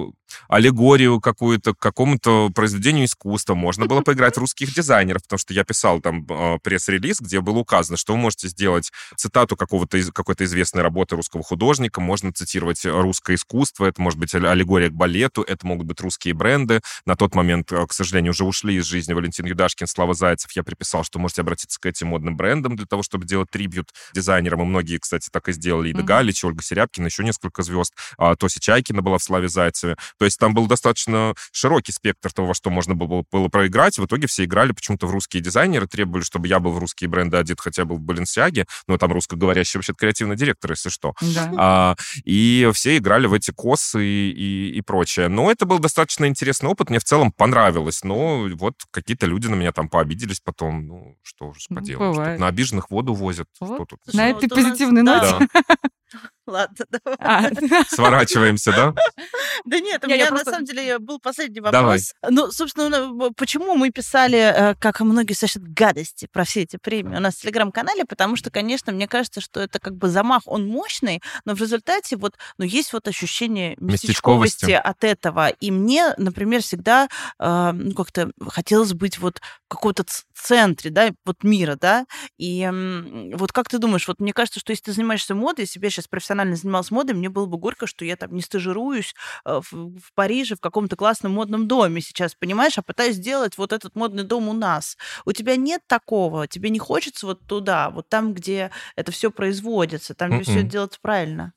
аллегорию какую-то к какому-то произведению искусства. Можно было поиграть русских дизайнеров, потому что я писал там пресс-релиз, где было указано, что вы можете сделать цитату какого-то из, какой-то известной работы русского художника, можно цитировать русское искусство, это может быть аллегория к балету, это могут быть русские бренды. На тот момент, к сожалению, уже ушли из жизни Валентин Юдашкин, Слава Зайцев. Я приписал, что можете обратиться к этим модным брендам для того, чтобы делать трибьют дизайнерам. И многие, кстати, так и сделали. Ида mm-hmm. Галич, Ольга Серябкина, еще несколько звезд. А, Тося Чайкина была в Славе Зайцеве. То есть там был достаточно широкий спектр того, что можно было, было проиграть. В итоге все играли почему-то в русские дизайнеры, требовали, чтобы я был в русские бренды одет, хотя был в Баленсиаге. Но там русскоговорящий вообще креативный директор, если что. Да. А, и все играли в эти косы и, и, и прочее. Но это был достаточно интересный опыт. Мне в целом понравилось. Но вот какие-то люди на меня там пообиделись потом. Ну, что уж поделать. Что на обиженных воду возят. Вот. Что тут? На ну, этой вот позитивной нас... ноте. Да. Ладно, давай. А. Сворачиваемся, да? Да нет, у не, меня просто... на самом деле был последний вопрос. Давай. Ну, собственно, почему мы писали, как и многие совершают гадости про все эти премии у нас в Телеграм-канале, потому что, конечно, мне кажется, что это как бы замах, он мощный, но в результате вот, ну, есть вот ощущение местечковости, местечковости от этого. И мне, например, всегда э, ну, как-то хотелось быть вот в каком-то центре, да, вот мира, да, и э, вот как ты думаешь, вот мне кажется, что если ты занимаешься модой, если бы я сейчас профессионально занималась модой, мне было бы горько, что я там не стажируюсь в, в Париже в каком-то классном модном доме сейчас, понимаешь, а пытаюсь сделать вот этот модный дом у нас. У тебя нет такого? Тебе не хочется вот туда, вот там, где это все производится, там, где mm-mm. все делается правильно?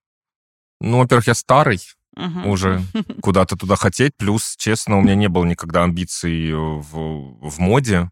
Ну, во-первых, я старый, uh-huh. уже куда-то туда хотеть. Плюс, честно, у меня не было никогда амбиций в, в моде.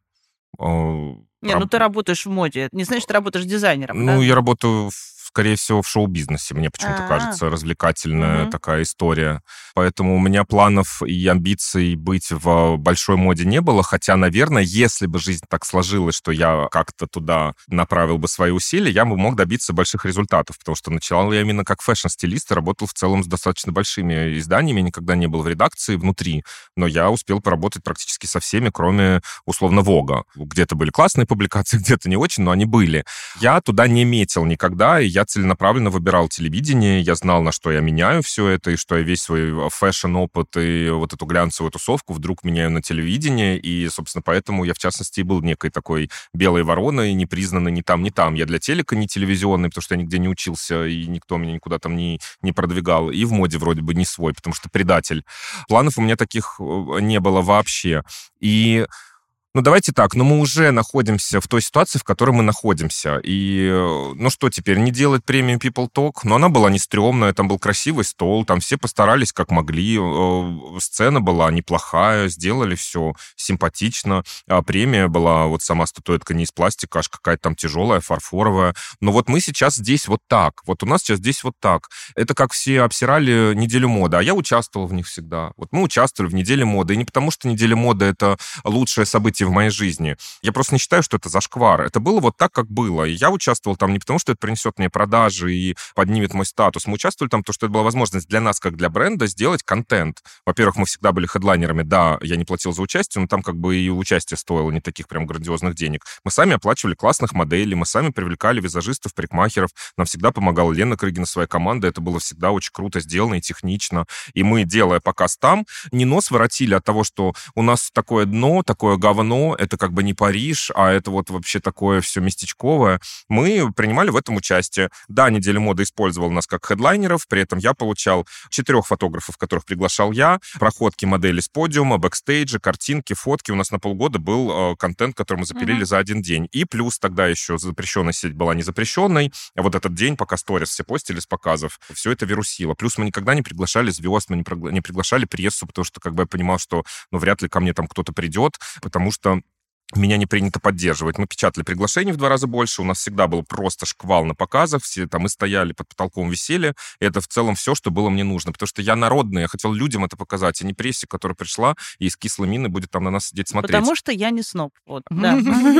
Не, Раб... ну ты работаешь в моде. Это не значит, что ты работаешь дизайнером, Ну, да? я работаю, скорее всего, в шоу-бизнесе. Мне почему-то А-а-а. кажется развлекательная угу. такая история. Поэтому у меня планов и амбиций быть в большой моде не было. Хотя, наверное, если бы жизнь так сложилась, что я как-то туда направил бы свои усилия, я бы мог добиться больших результатов. Потому что начинал я именно как фэшн-стилист и работал в целом с достаточно большими изданиями. Никогда не был в редакции внутри. Но я успел поработать практически со всеми, кроме, условно, Вога. Где-то были классные публикации, где-то не очень, но они были. Я туда не метил никогда, и я целенаправленно выбирал телевидение, я знал, на что я меняю все это, и что я весь свой фэшн-опыт и вот эту глянцевую тусовку вдруг меняю на телевидение, и, собственно, поэтому я, в частности, был некой такой белой вороной, не признанной ни там, ни там. Я для телека не телевизионный, потому что я нигде не учился, и никто меня никуда там не, не продвигал, и в моде вроде бы не свой, потому что предатель. Планов у меня таких не было вообще. И Ну, давайте так, но мы уже находимся в той ситуации, в которой мы находимся. И, ну что теперь, не делать премию People Talk? Но она была не стрёмная, там был красивый стол, там все постарались как могли, сцена была неплохая, сделали все симпатично. А премия была, вот сама статуэтка не из пластика, аж какая-то там тяжелая, фарфоровая. Но вот мы сейчас здесь вот так, вот у нас сейчас здесь вот так. Это как все обсирали неделю моды, а я участвовал в них всегда. Вот мы участвовали в неделе моды, и не потому, что неделя моды — это лучшее событие в моей жизни. Я просто не считаю, что это зашквар. Это было вот так, как было. И я участвовал там не потому, что это принесет мне продажи и поднимет мой статус. Мы участвовали там, потому что это была возможность для нас, как для бренда, сделать контент. Во-первых, мы всегда были хедлайнерами. Да, я не платил за участие, но там как бы и участие стоило не таких прям грандиозных денег. Мы сами оплачивали классных моделей, мы сами привлекали визажистов, парикмахеров. Нам всегда помогала Лена Крыгина, своя команда. Это было всегда очень круто сделано и технично. И мы, делая показ там, не нос воротили от того, что у нас такое дно, такое говно, давно, это как бы не Париж, а это вот вообще такое все местечковое. Мы принимали в этом участие. Да, неделя моды использовала нас как хедлайнеров, при этом я получал четырех фотографов, которых приглашал я, проходки модели с подиума, бэкстейджи, картинки, фотки. У нас на полгода был э, контент, который мы запилили uh-huh. за один день. И плюс тогда еще запрещенная сеть была не запрещенной. А вот этот день, пока сторис все постили с показов, все это вирусило. Плюс мы никогда не приглашали звезд, мы не, пригла- не приглашали прессу, потому что как бы я понимал, что ну, вряд ли ко мне там кто-то придет, потому что меня не принято поддерживать. Мы печатали приглашений в два раза больше, у нас всегда был просто шквал на показах, все там мы стояли под потолком веселья, и это в целом все, что было мне нужно, потому что я народный, я хотел людям это показать, а не прессе, которая пришла и из кислой мины будет там на нас сидеть смотреть. Потому что я не сноб. Вот, да,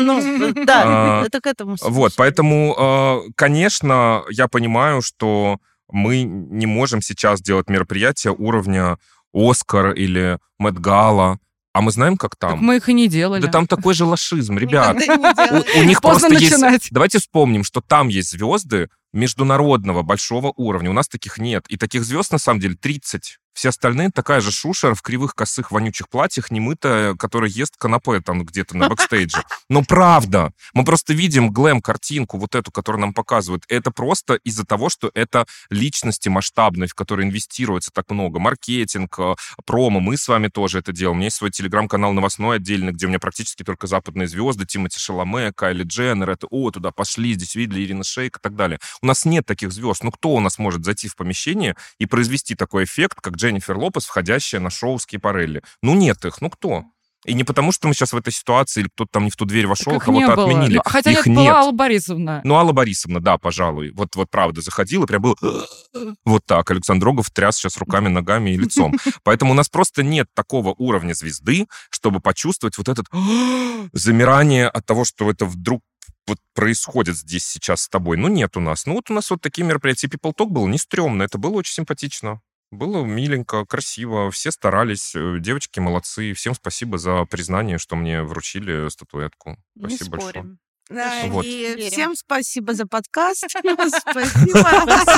да, это к этому. Вот, поэтому, конечно, я понимаю, что мы не можем сейчас делать мероприятия уровня «Оскар» или «Мэтт-гала», а мы знаем, как там. Так мы их и не делали. Да там такой же лошизм, ребят. У, у них просто есть... Давайте вспомним, что там есть звезды международного большого уровня. У нас таких нет. И таких звезд, на самом деле, тридцать. Все остальные такая же шушера в кривых, косых, вонючих платьях, немытая, которая ест канапе там где-то на бэкстейдже. Но правда, мы просто видим глэм-картинку, вот эту, которую нам показывают. Это просто из-за того, что это личности масштабные, в которые инвестируется так много. Маркетинг, промо. Мы с вами тоже это делаем. У меня есть свой телеграм-канал новостной отдельный, где у меня практически только западные звезды. Тимоти Шаломе, Кайли Дженнер. Это, о, туда пошли, здесь видели Ирина Шейк и так далее. У нас нет таких звезд. Ну, кто у нас может зайти в помещение и произвести такой эффект, как Дженнифер Лопес, входящая на шоу Скипарелли? Ну, нет их. Ну, кто? И не потому, что мы сейчас в этой ситуации, или кто-то там не в ту дверь вошел, кого-то отменили. Но, хотя их нет, нет. была Алла Борисовна. Ну, Алла Борисовна, да, пожалуй. Вот, вот правда, заходила, прям был вот так. Александр Рогов тряс сейчас руками, ногами и лицом. Поэтому у нас просто нет такого уровня звезды, чтобы почувствовать вот этот замирание от того, что это вдруг вот происходит здесь сейчас с тобой. Ну, нет у нас. Ну, вот у нас вот такие мероприятия. People Talk было не стрёмно, это было очень симпатично. Было миленько, красиво, все старались, девочки молодцы. Всем спасибо за признание, что мне вручили статуэтку. Спасибо большое. Да, Вот. и всем спасибо за подкаст. Спасибо.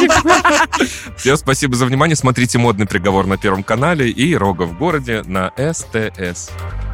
Всем спасибо за внимание. Смотрите «Модный приговор» на Первом канале и «Рога в городе» на СТС.